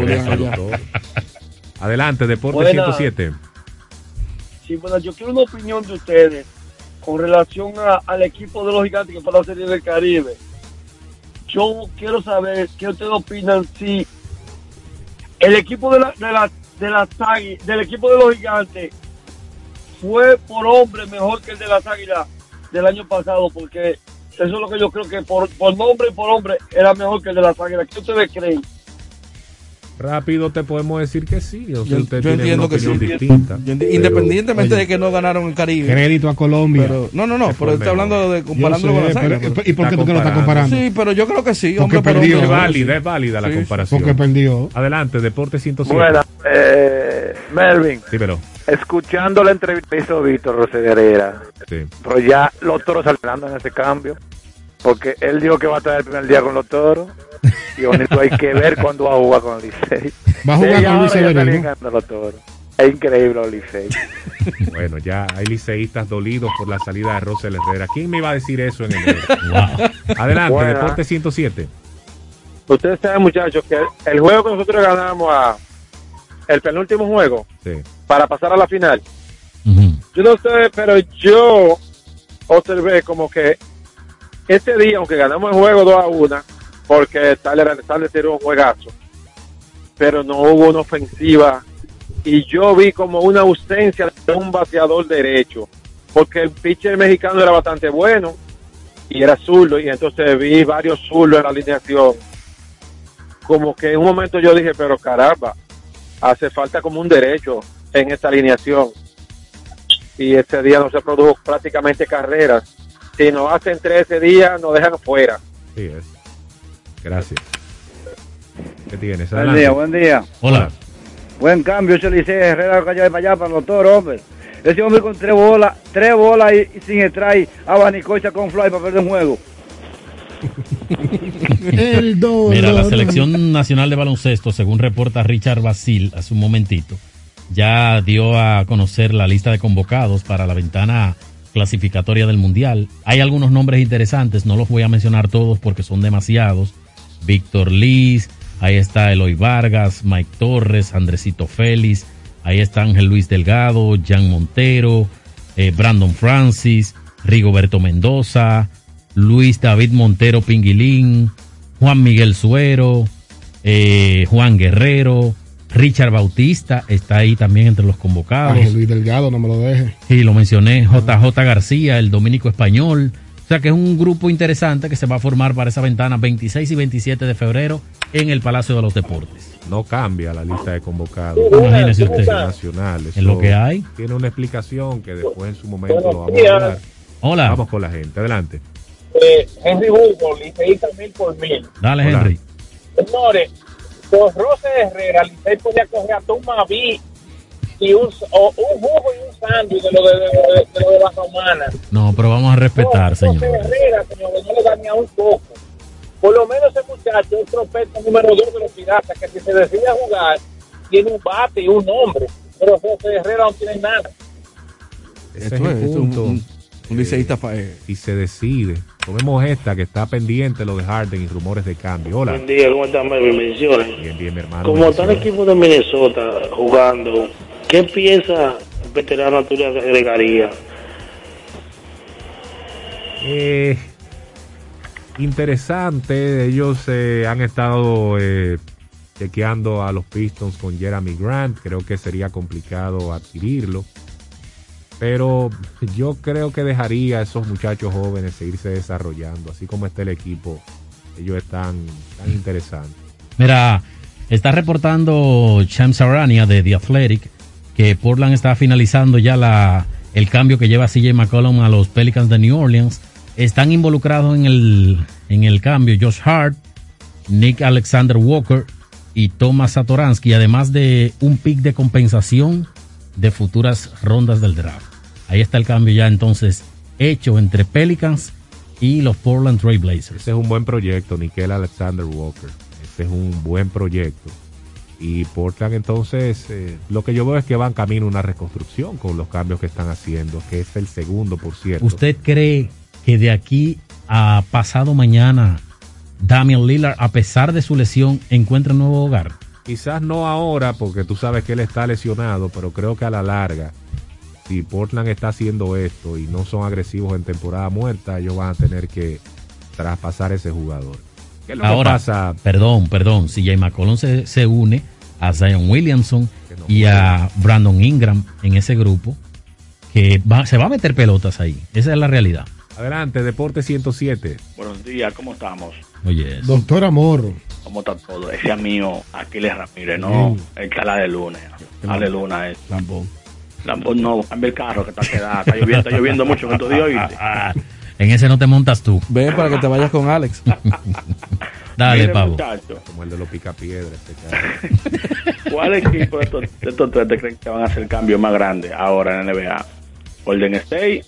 Adelante, Deporte Buena. ciento siete. Sí, bueno, yo quiero una opinión de ustedes con relación a, al equipo de los Gigantes que para la Serie del Caribe. Yo quiero saber qué ustedes opinan si el equipo de la, de la, de las Águilas, del equipo de los Gigantes fue por hombre mejor que el de las Águilas del año pasado, porque eso es lo que yo creo que por, por nombre y por hombre era mejor que el de las Águilas. ¿Qué ustedes creen? Rápido te podemos decir que sí. O sea, Yo, usted yo tiene entiendo una que sí. opinión distinta. Yo enti- Pero, independientemente oye, de que no ganaron el Caribe. Crédito a Colombia. Pero, no, no, no, Se pero fue está hablando de comparándolo Yo con sé, las Águilas. pero- pero- ¿y por qué tú que lo estás comparando? Sí, pero yo creo que sí. Porque Hombre, por perdió. hombre, es sí. válida, es válida la Sí, comparación. Porque perdió. Adelante, Deporte ciento siete. Buena, eh, Melvin, Dímelo. escuchando la entrevista que hizo Víctor Rosé Herrera, Sí. pero ya los toros saltando en ese cambio, porque él dijo que va a estar el primer día con los toros, y bonito hay que ver cuándo va a jugar con el Licey. Va a jugar Desde con Luis ahora ya están Severino. llegando los toros. Es increíble los Licey. Bueno, ya hay liceístas dolidos por la salida de Rosel Herrera. ¿Quién me iba a decir eso en enero? Wow. Adelante, Buena. Deporte ciento siete. Ustedes saben, muchachos, que el juego que nosotros ganamos a el penúltimo juego Sí. para pasar a la final, Ujú. yo no sé, pero yo observé como que ese día, aunque ganamos el juego dos a uno, porque Tyler Alexander tiró un juegazo, pero no hubo una ofensiva, y yo vi como una ausencia de un bateador derecho, porque el pitcher mexicano era bastante bueno y era zurdo, y entonces vi varios zurdos en la alineación. Como que en un momento yo dije, pero caramba, hace falta como un derecho en esta alineación. Y ese día no se produjo prácticamente carreras. Si nos hacen trece días, nos dejan fuera. Sí es. Gracias. ¿Qué tienes? Buen Adelante. día, buen día. Hola. Buen cambio, ese Licey Herrera cayó de para allá para los toros, hombre. Ese hombre con tres bolas, tres bolas y, y sin strike, abanicó y sacó un fly para perder un juego. El dolor. Mira, la selección nacional de baloncesto, según reporta Richard Basil hace un momentito, ya dio a conocer la lista de convocados para la ventana clasificatoria del Mundial. Hay algunos nombres interesantes, no los voy a mencionar todos porque son demasiados. Víctor Liz, ahí está Eloy Vargas, Mike Torres, Andresito Félix, ahí está Ángel Luis Delgado, Jan Montero, eh, Brandon Francis, Rigoberto Mendoza, Luis David Montero Pinguilín, Juan Miguel Suero, eh, Juan Guerrero, Richard Bautista está ahí también entre los convocados. Ángel Luis Delgado, no me lo deje. Y lo mencioné, J J García, el dominico español. O sea que es un grupo interesante que se va a formar para esa ventana veintiséis y veintisiete de febrero en el Palacio de los Deportes. No cambia la lista de convocados. Imagínese usted. Nacionales. Es lo que hay. Tiene una explicación que después en su momento lo vamos a hablar. Hola. Vamos con la gente. Adelante. Eh, Henry Burgos, liceísta mil por mil. Dale, Hola. Henry. Señores, los Roses Herrera, Licey podía coger a un Maví y un, o, un jugo y un sándwich de lo de, de, de, de, lo de la romana. No, pero vamos a respetar, Los señor. Roses Herrera, señores, no le dan ni a un poco. Por lo menos ese muchacho es trompeta número dos de los Piratas, que si se decide a jugar, tiene un bate y un nombre. Pero los Roses Herrera no tienen nada. Ese Esto es el es, esto es punto. un, un, un liceísta pa- eh, Y se decide. Tomemos esta que está pendiente lo de Harden y rumores de cambio. Hola. Buen día, ¿cómo están? Melvin? Bendiciones. Bien, bien, mi hermano. Como está el bendiciones. equipo de Minnesota jugando, ¿qué pieza el veterano tú le agregaría? Eh, interesante. Ellos eh, han estado eh, chequeando a los Pistons con Jeremy Grant. Creo que sería complicado adquirirlo. Pero yo creo que dejaría a esos muchachos jóvenes seguirse desarrollando. Así como está el equipo, ellos están tan interesantes. Mira, está reportando Shams Charania de The Athletic que Portland está finalizando ya la, el cambio que lleva C J McCollum a los Pelicans de New Orleans. Están involucrados en el, en el cambio Josh Hart, Nick Alexander Walker y Thomas Satoransky, además de un pick de compensación de futuras rondas del draft. Ahí está el cambio ya entonces hecho entre Pelicans y los Portland Trail Blazers. Ese es un buen proyecto, Nickel Alexander Walker. Este es un buen proyecto. Y Portland entonces, eh, lo que yo veo es que van camino a una reconstrucción con los cambios que están haciendo, que es el segundo, por cierto. ¿Usted cree que de aquí a pasado mañana Damian Lillard, a pesar de su lesión, encuentra un nuevo hogar? Quizás no ahora, porque tú sabes que él está lesionado, pero creo que a la larga, si Portland está haciendo esto y no son agresivos en temporada muerta, ellos van a tener que traspasar ese jugador. ¿Qué es lo Ahora, que pasa? perdón, perdón, C J McCollum se, se une a Zion Williamson y a Brandon Ingram en ese grupo, que va, se va a meter pelotas ahí. Esa es la realidad. Adelante, Deporte ciento siete. Buenos días, ¿cómo estamos? Oye, Doctor Amor. ¿Cómo está todo? Ese es mío, Aquiles Ramírez, no, el que la de lunes. Dale luna es. Lambón. Lambón no, cambia el carro que está quedado. Está lloviendo, está lloviendo mucho en estos días, ¿oíste? En ese no te montas tú. Ven para que te vayas con Alex. Dale, Mire, Pavo. muchacho, Como el de los picapiedras. Este carro. ¿cuál equipo de estos, de estos tres te creen que van a hacer el cambio más grande ahora en la N B A? ¿Golden State,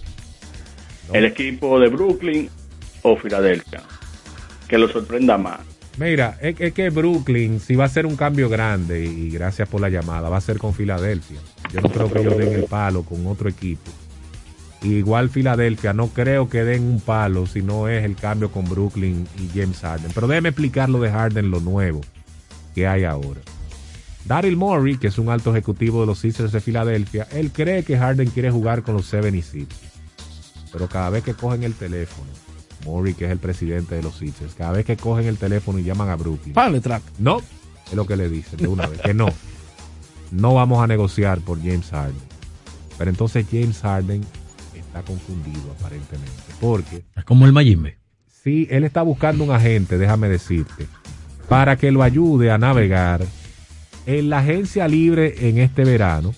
el equipo de Brooklyn o Filadelfia? Que lo sorprenda más. Mira, es, es que Brooklyn, si va a ser un cambio grande, y gracias por la llamada, va a ser con Filadelfia. Yo no creo que ellos den el palo con otro equipo. Igual Filadelfia, no creo que den un palo si no es el cambio con Brooklyn y James Harden. Pero déjeme explicar lo de Harden, lo nuevo que hay ahora. Daryl Morey, que es un alto ejecutivo de los Sixers de Filadelfia, él cree que Harden quiere jugar con los setenta y seis. Pero cada vez que cogen el teléfono, Morey, que es el presidente de los Sixers, cada vez que cogen el teléfono y llaman a Brooklyn, Pale track. no, es lo que le dicen de una vez, que no. No vamos a negociar por James Harden. Pero entonces James Harden está confundido aparentemente. Porque... Es como el Mayimbe. Sí, él está buscando un agente, déjame decirte, para que lo ayude a navegar en la agencia libre en este verano,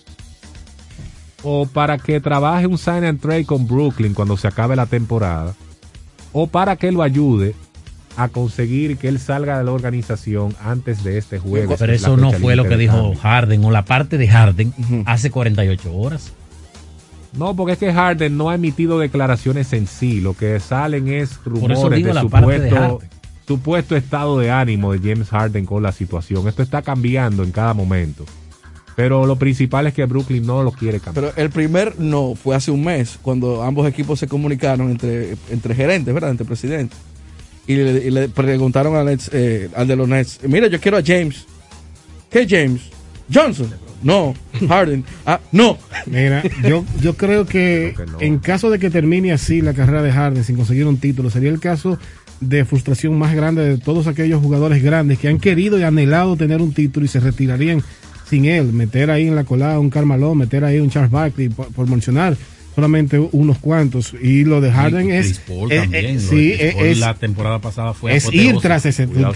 o para que trabaje un sign and trade con Brooklyn cuando se acabe la temporada, o para que lo ayude a conseguir que él salga de la organización antes de este jueves. Pero eso no fue lo que dijo Harden, o la parte de Harden, uh-huh. hace cuarenta y ocho horas. No, porque es que Harden no ha emitido declaraciones en sí. Lo que salen es rumores digo, de supuesto, supuesto estado de ánimo de James Harden con la situación. Esto está cambiando en cada momento. Pero lo principal es que Brooklyn no lo quiere cambiar. Pero el primer no fue hace un mes, cuando ambos equipos se comunicaron entre, entre gerentes, ¿verdad? Entre presidentes. Y le, y le preguntaron al, Nets, eh, al de los Nets, mira, yo quiero a James. ¿Qué James? Johnson. No. Harden. Ah, no. Mira, yo, yo creo que, que no. En caso de que termine así la carrera de Harden sin conseguir un título, sería el caso de frustración más grande de todos aquellos jugadores grandes que han querido y anhelado tener un título y se retirarían sin él. Meter ahí en la colada un Karl Malone, meter ahí un Charles Barkley, por, por mencionar solamente unos cuantos. Y lo de Harden es, Chris Paul es, también, es, sí, es la temporada pasada fue es ir tras ese título.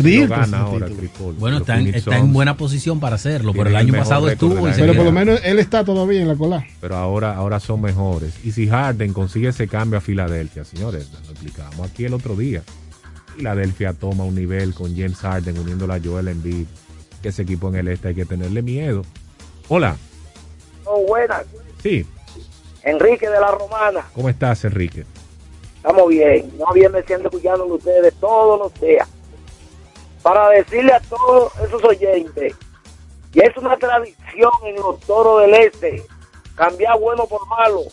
Bueno, está en, está en buena posición para hacerlo, pero el año pasado estuvo y se pero queda. Por lo menos él está todavía en la cola. Pero ahora, ahora son mejores. Y si Harden consigue ese cambio a Filadelfia, señores, lo explicamos aquí el otro día. Filadelfia toma un nivel con James Harden uniéndola a Joel Embiid, que ese equipo en el este hay que tenerle miedo. Hola. Oh, buenas. Sí. Enrique de la Romana. ¿Cómo estás, Enrique? Estamos bien. No bien me siento escuchando de ustedes todos los días. Para decirle a todos esos oyentes, y es una tradición en los Toros del Este, cambiar bueno por malo.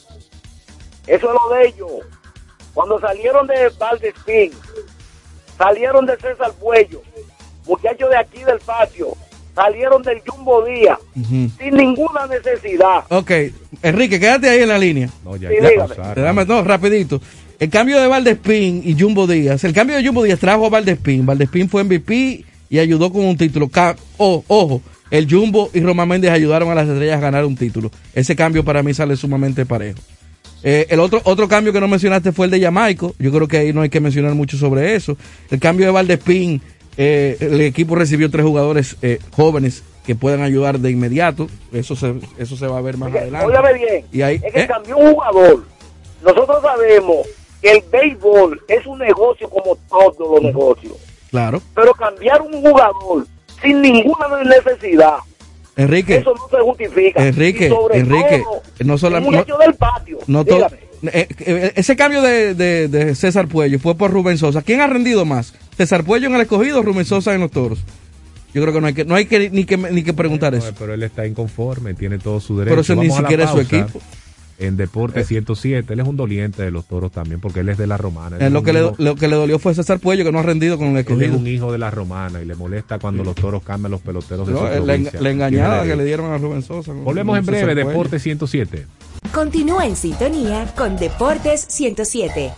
Eso es lo de ellos. Cuando salieron de Valdespín, salieron de César Puello, muchachos de aquí del patio, salieron del Jumbo Díaz, uh-huh. sin ninguna necesidad. Ok, Enrique, quédate ahí en la línea. No, ya, sí, ya pasaron. Dame, no, rapidito. El cambio de Valdespín y Jumbo Díaz, el cambio de Jumbo Díaz trajo a Valdespín. Valdespín fue M V P y ayudó con un título. Oh, ojo, el Jumbo y Román Méndez ayudaron a las Estrellas a ganar un título. Ese cambio para mí sale sumamente parejo. Eh, el otro otro cambio que no mencionaste fue el de Jamaico. Yo creo que ahí no hay que mencionar mucho sobre eso. El cambio de Valdespín, eh, el equipo recibió tres jugadores eh, jóvenes que puedan ayudar de inmediato. Eso se eso se va a ver más Oye, adelante. Óyame bien, y ahí, es que ¿eh? cambió un jugador. Nosotros sabemos que el béisbol es un negocio como todos los negocios. Claro. Pero cambiar un jugador sin ninguna necesidad, Enrique, eso no se justifica. Enrique, Y sobre Enrique, todo, no solamente el muchacho del patio. no to, dígame. eh, eh, ese cambio de, de, de César Puello fue por Rubén Sosa. ¿Quién ha rendido más? ¿César Puello en el Escogido o Rubén Sosa en los Toros? Yo creo que no hay que no hay que ni que ni que preguntar no, eso. Pero él está inconforme, tiene todo su derecho. Pero eso Vamos ni siquiera es su equipo. En Deporte ciento siete, él es un doliente de los Toros también, porque él es de la Romana. Eh, lo, que le, lo que le dolió fue César Puello, que no ha rendido con el Escogido. Él es un hijo de la Romana y le molesta cuando los Toros cambian los peloteros de no, su la, provincia. la engañada que le dieron a Rubén Sosa. Volvemos en breve, Deporte ciento siete. Continúa en sintonía con Deportes ciento siete.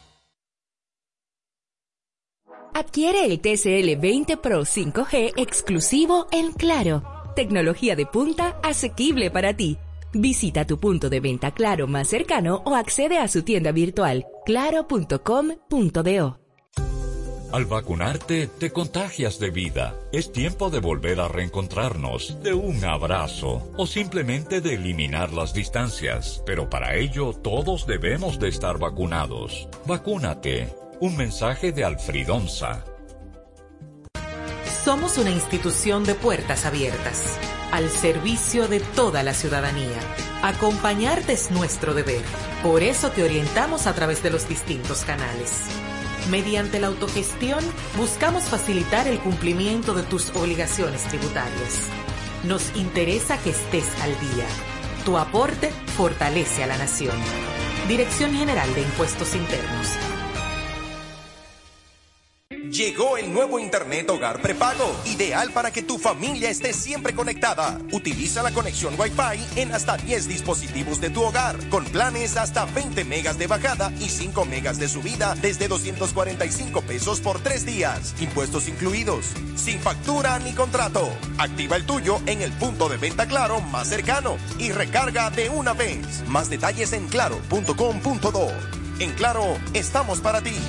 Adquiere el T C L veinte Pro cinco G exclusivo en Claro. Tecnología de punta asequible para ti. Visita tu punto de venta Claro más cercano o accede a su tienda virtual claro punto com punto do. Al vacunarte, te contagias de vida. Es tiempo de volver a reencontrarnos, de un abrazo o simplemente de eliminar las distancias. Pero para ello, todos debemos de estar vacunados. Vacúnate. Un mensaje de Alfridonza. Somos una institución de puertas abiertas, al servicio de toda la ciudadanía. Acompañarte es nuestro deber. Por eso te orientamos a través de los distintos canales. Mediante la autogestión, buscamos facilitar el cumplimiento de tus obligaciones tributarias. Nos interesa que estés al día. Tu aporte fortalece a la nación. Dirección General de Impuestos Internos. Llegó el nuevo Internet Hogar prepago, ideal para que tu familia esté siempre conectada. Utiliza la conexión Wi-Fi en hasta diez dispositivos de tu hogar, con planes hasta veinte megas de bajada y cinco megas de subida desde doscientos cuarenta y cinco pesos por tres días, impuestos incluidos, sin factura ni contrato. Activa el tuyo en el punto de venta Claro más cercano y recarga de una vez. Más detalles en claro punto com punto do. En Claro, estamos para ti.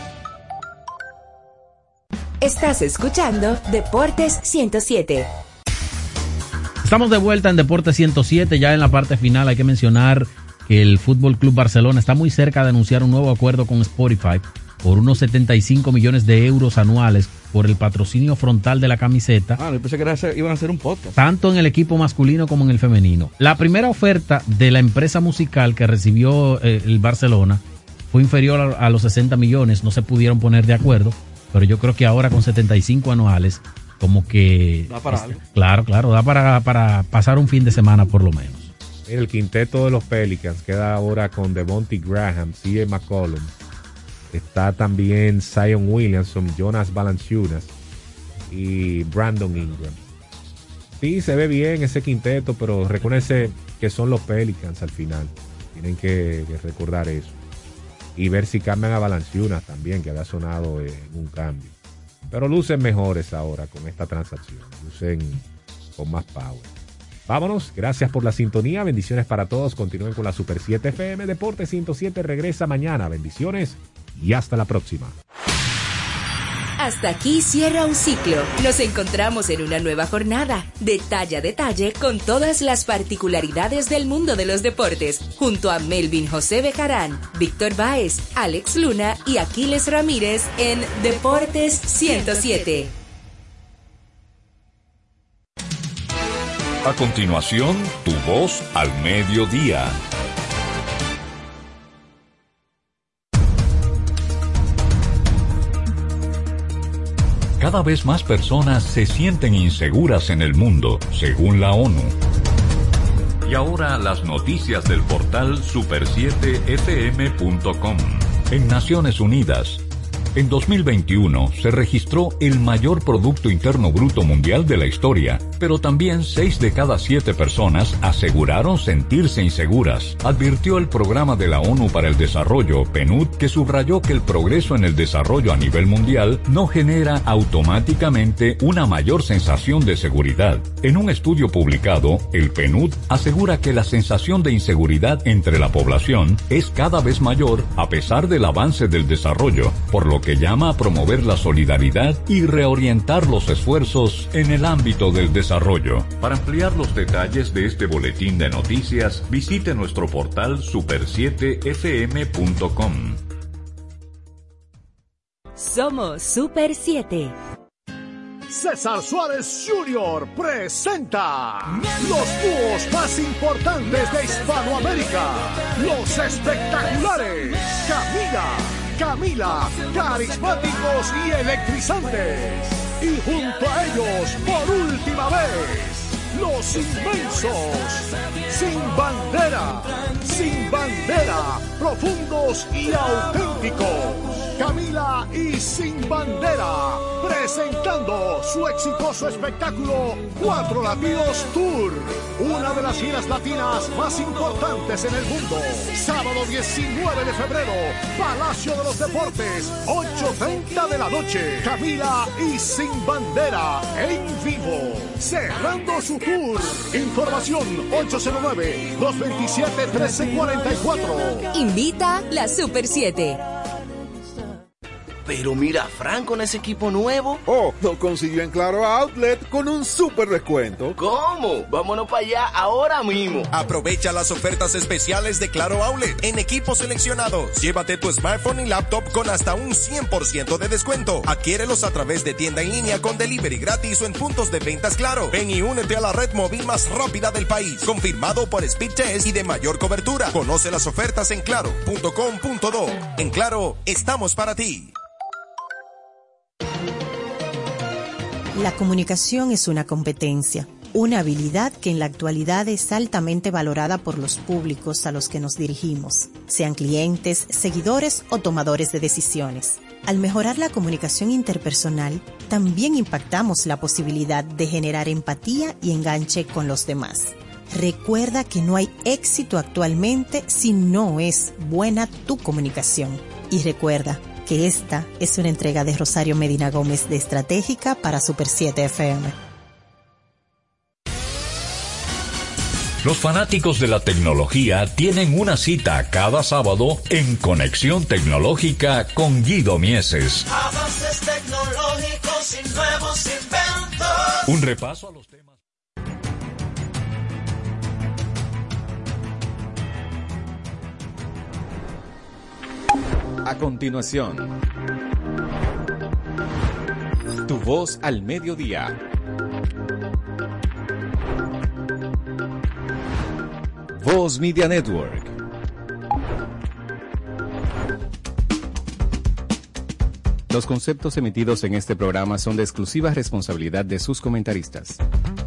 Estás escuchando Deportes ciento siete. Estamos de vuelta en Deportes ciento siete, ya en la parte final. Hay que mencionar que el Fútbol Club Barcelona está muy cerca de anunciar un nuevo acuerdo con Spotify por unos setenta y cinco millones de euros anuales por el patrocinio frontal de la camiseta. Ah, yo pensé que era hacer, iban a hacer un podcast. Tanto en el equipo masculino como en el femenino. La primera oferta de la empresa musical que recibió eh, el Barcelona fue inferior a, a los sesenta millones, no se pudieron poner de acuerdo. Pero yo creo que ahora con setenta y cinco anuales, como que... Da para algo. Claro, claro, da para, para pasar un fin de semana por lo menos. El quinteto de los Pelicans queda ahora con Devontae Graham, C J McCollum. Está también Zion Williamson, Jonas Valanciunas y Brandon Ingram. Sí, se ve bien ese quinteto, pero recuérdense que son los Pelicans al final. Tienen que, que recordar eso. Y ver si cambian a Valanciunas también, que había sonado en un cambio. Pero lucen mejores ahora con esta transacción. Lucen con más power. Vámonos. Gracias por la sintonía. Bendiciones para todos. Continúen con la Super siete F M. Deportes ciento siete regresa mañana. Bendiciones y hasta la próxima. Hasta aquí cierra un ciclo. Nos encontramos en una nueva jornada, detalle a detalle, con todas las particularidades del mundo de los deportes, junto a Melvin José Bejarán, Víctor Báez, Alex Luna y Aquiles Ramírez en Deportes ciento siete. A continuación, Tu Voz al Mediodía. Cada vez más personas se sienten inseguras en el mundo, según la ONU. Y ahora las noticias del portal super siete f m punto com. En Naciones Unidas, en dos mil veintiuno se registró el mayor Producto Interno Bruto mundial de la historia, pero también seis de cada siete personas aseguraron sentirse inseguras, advirtió el Programa de la ONU para el Desarrollo, P N U D, que subrayó que el progreso en el desarrollo a nivel mundial no genera automáticamente una mayor sensación de seguridad. En un estudio publicado, el P N U D asegura que la sensación de inseguridad entre la población es cada vez mayor a pesar del avance del desarrollo, por lo que llama a promover la solidaridad y reorientar los esfuerzos en el ámbito del desarrollo. Para ampliar los detalles de este boletín de noticias, visite nuestro portal super siete f m punto com. Somos Super siete. César Suárez junior presenta los dúos más importantes de Hispanoamérica, los espectaculares Camila, Camila, carismáticos y electrizantes, y junto a ellos, por última vez, los inmensos, sin bandera, sin bandera, profundos y auténticos. Camila y Sin Bandera, presentando su exitoso espectáculo Cuatro Latidos Tour, una de las giras latinas más importantes en el mundo. Sábado diecinueve de febrero, Palacio de los Deportes, ocho treinta de la noche. Camila y Sin Bandera en vivo, cerrando su tour. Información ocho cero nueve, dos dos siete, uno tres cuatro cuatro. Invita la Super siete. Pero mira, Fran, con ese equipo nuevo. Oh, lo consiguió en Claro Outlet con un súper descuento. ¿Cómo? Vámonos para allá ahora mismo. Aprovecha las ofertas especiales de Claro Outlet en equipos seleccionados. Llévate tu smartphone y laptop con hasta un cien por ciento de descuento. Adquiérelos a través de tienda en línea con delivery gratis o en puntos de ventas Claro. Ven y únete a la red móvil más rápida del país. Confirmado por Speed Test y de mayor cobertura. Conoce las ofertas en claro punto com punto do. En Claro, estamos para ti. La comunicación es una competencia, una habilidad que en la actualidad es altamente valorada por los públicos a los que nos dirigimos, sean clientes, seguidores o tomadores de decisiones. Al mejorar la comunicación interpersonal, también impactamos la posibilidad de generar empatía y enganche con los demás. Recuerda que no hay éxito actualmente si no es buena tu comunicación. Y recuerda que esta es una entrega de Rosario Medina Gómez de Estratégica para Super siete F M. Los fanáticos de la tecnología tienen una cita cada sábado en Conexión Tecnológica con Guido Mieses. Avances tecnológicos y nuevos inventos. Un repaso a los temas. A continuación, Tu Voz al Mediodía. Voz Media Network. Los conceptos emitidos en este programa son de exclusiva responsabilidad de sus comentaristas.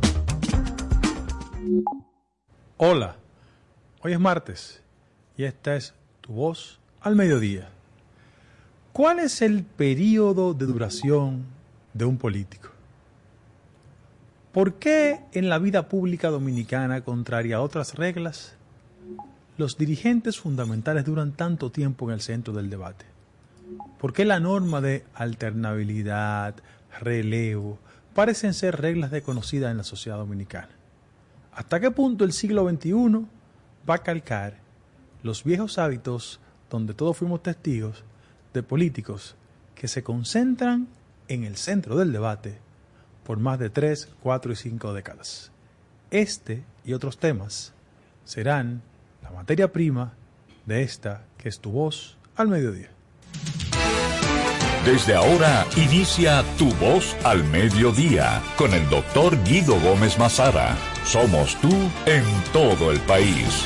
Hola, hoy es martes y esta es Tu Voz al Mediodía. ¿Cuál es el periodo de duración de un político? ¿Por qué en la vida pública dominicana, contraria a otras reglas, los dirigentes fundamentales duran tanto tiempo en el centro del debate? ¿Por qué la norma de alternabilidad, relevo, parecen ser reglas desconocidas en la sociedad dominicana? ¿Hasta qué punto el siglo veintiuno va a calcar los viejos hábitos donde todos fuimos testigos de políticos que se concentran en el centro del debate por más de tres, cuatro y cinco décadas? Este y otros temas serán la materia prima de esta que es Tu Voz al Mediodía. Desde ahora inicia Tu Voz al Mediodía con el doctor Guido Gómez Mazara. Somos tú en todo el país.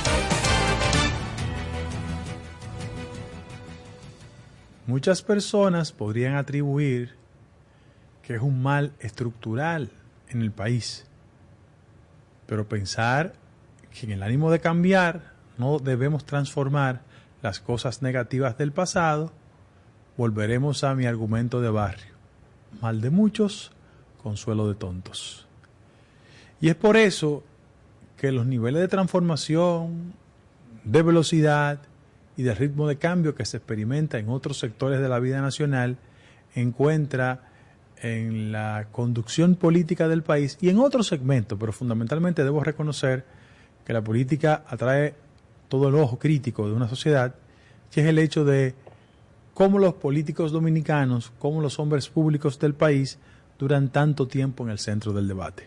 Muchas personas podrían atribuir que es un mal estructural en el país, pero pensar que en el ánimo de cambiar no debemos transformar las cosas negativas del pasado, volveremos a mi argumento de barrio: mal de muchos, consuelo de tontos. Y es por eso que los niveles de transformación, de velocidad y de ritmo de cambio que se experimenta en otros sectores de la vida nacional encuentra en la conducción política del país y en otros segmentos, pero fundamentalmente debo reconocer que la política atrae todo el ojo crítico de una sociedad, que es el hecho de cómo los políticos dominicanos, cómo los hombres públicos del país duran tanto tiempo en el centro del debate.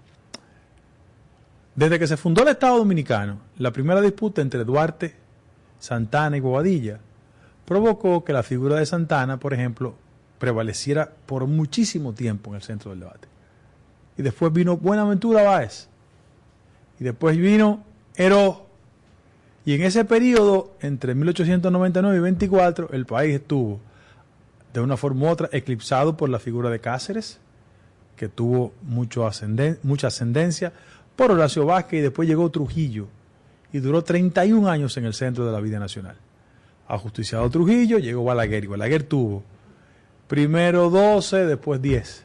Desde que se fundó el Estado Dominicano, la primera disputa entre Duarte, Santana y Bobadilla provocó que la figura de Santana, por ejemplo, prevaleciera por muchísimo tiempo en el centro del debate. Y después vino Buenaventura Báez. Y después vino Heró. Y en ese periodo, entre mil ochocientos noventa y nueve y veinticuatro, el país estuvo, de una forma u otra, eclipsado por la figura de Cáceres, que tuvo mucho ascenden- mucha ascendencia, por Horacio Vázquez, y después llegó Trujillo, y duró treinta y un años en el centro de la vida nacional. Ajusticiado Trujillo, llegó Balaguer, y Balaguer tuvo primero doce, después diez.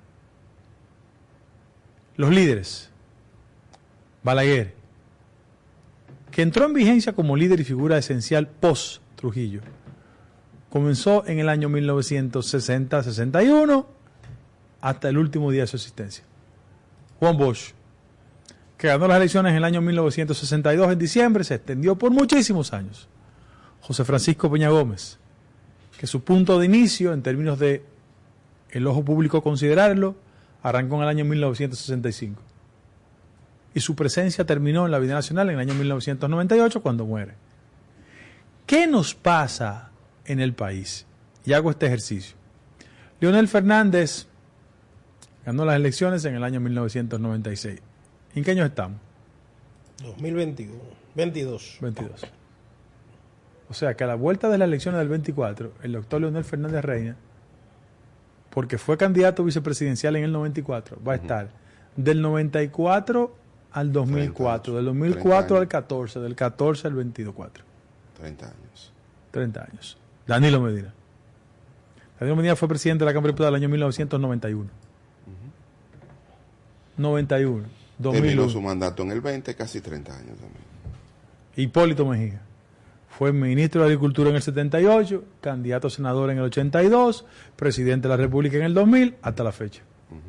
Los líderes. Balaguer, que entró en vigencia como líder y figura esencial post-Trujillo, comenzó en el año mil novecientos sesenta sesenta y uno hasta el último día de su existencia. Juan Bosch, que ganó las elecciones en el año mil novecientos sesenta y dos en diciembre, se extendió por muchísimos años. José Francisco Peña Gómez, que su punto de inicio, en términos de el ojo público considerarlo, arrancó en el año mil novecientos sesenta y cinco. Y su presencia terminó en la vida nacional en el año mil novecientos noventa y ocho, cuando muere. ¿Qué nos pasa en el país? Y hago este ejercicio. Leonel Fernández ganó las elecciones en el año mil novecientos noventa y seis. ¿En qué año estamos? dos mil veintiuno. veintidós. veintidós. O sea que a la vuelta de las elecciones del veinticuatro, el doctor Leonel Fernández Reina, porque fue candidato vicepresidencial en el noventa y cuatro, va a estar del noventa y cuatro al dos mil cuatro, del dos mil cuatro al catorce, del catorce al veinticuatro. treinta años. treinta años. Danilo Medina. Danilo Medina fue presidente de la Cámara de Diputados en el año mil novecientos noventa y uno. noventa y uno. dos mil uno. Terminó su mandato en el veinte, casi treinta años también. Hipólito Mejía fue ministro de Agricultura en el setenta y ocho, candidato a senador en el ochenta y dos, presidente de la República en el dos mil, hasta la fecha.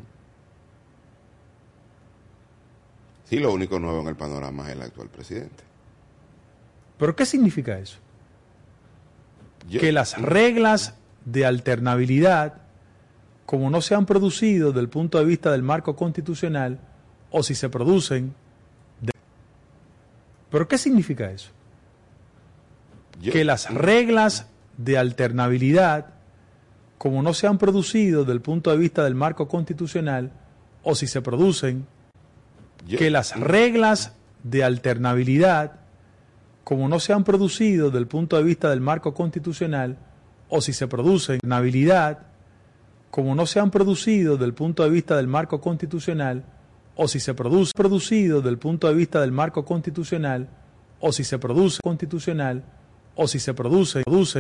Sí, lo único nuevo en el panorama es el actual presidente. ¿Pero qué significa eso? Yo, que las reglas de alternabilidad, como no se han producido desde el punto de vista del marco constitucional, o si se producen... De... ¿Pero qué significa eso? Yo, que las reglas de alternabilidad, como no se han producido desde el punto de vista del marco constitucional, o si se producen... Yo, que las reglas de alternabilidad, como no se han producido desde el punto de vista del marco constitucional, o si se producen alternabilidad, como no se han producido desde el punto de vista del marco constitucional, o si se produce producido desde el punto de vista del marco constitucional, o si se produce constitucional, o si se produce, produce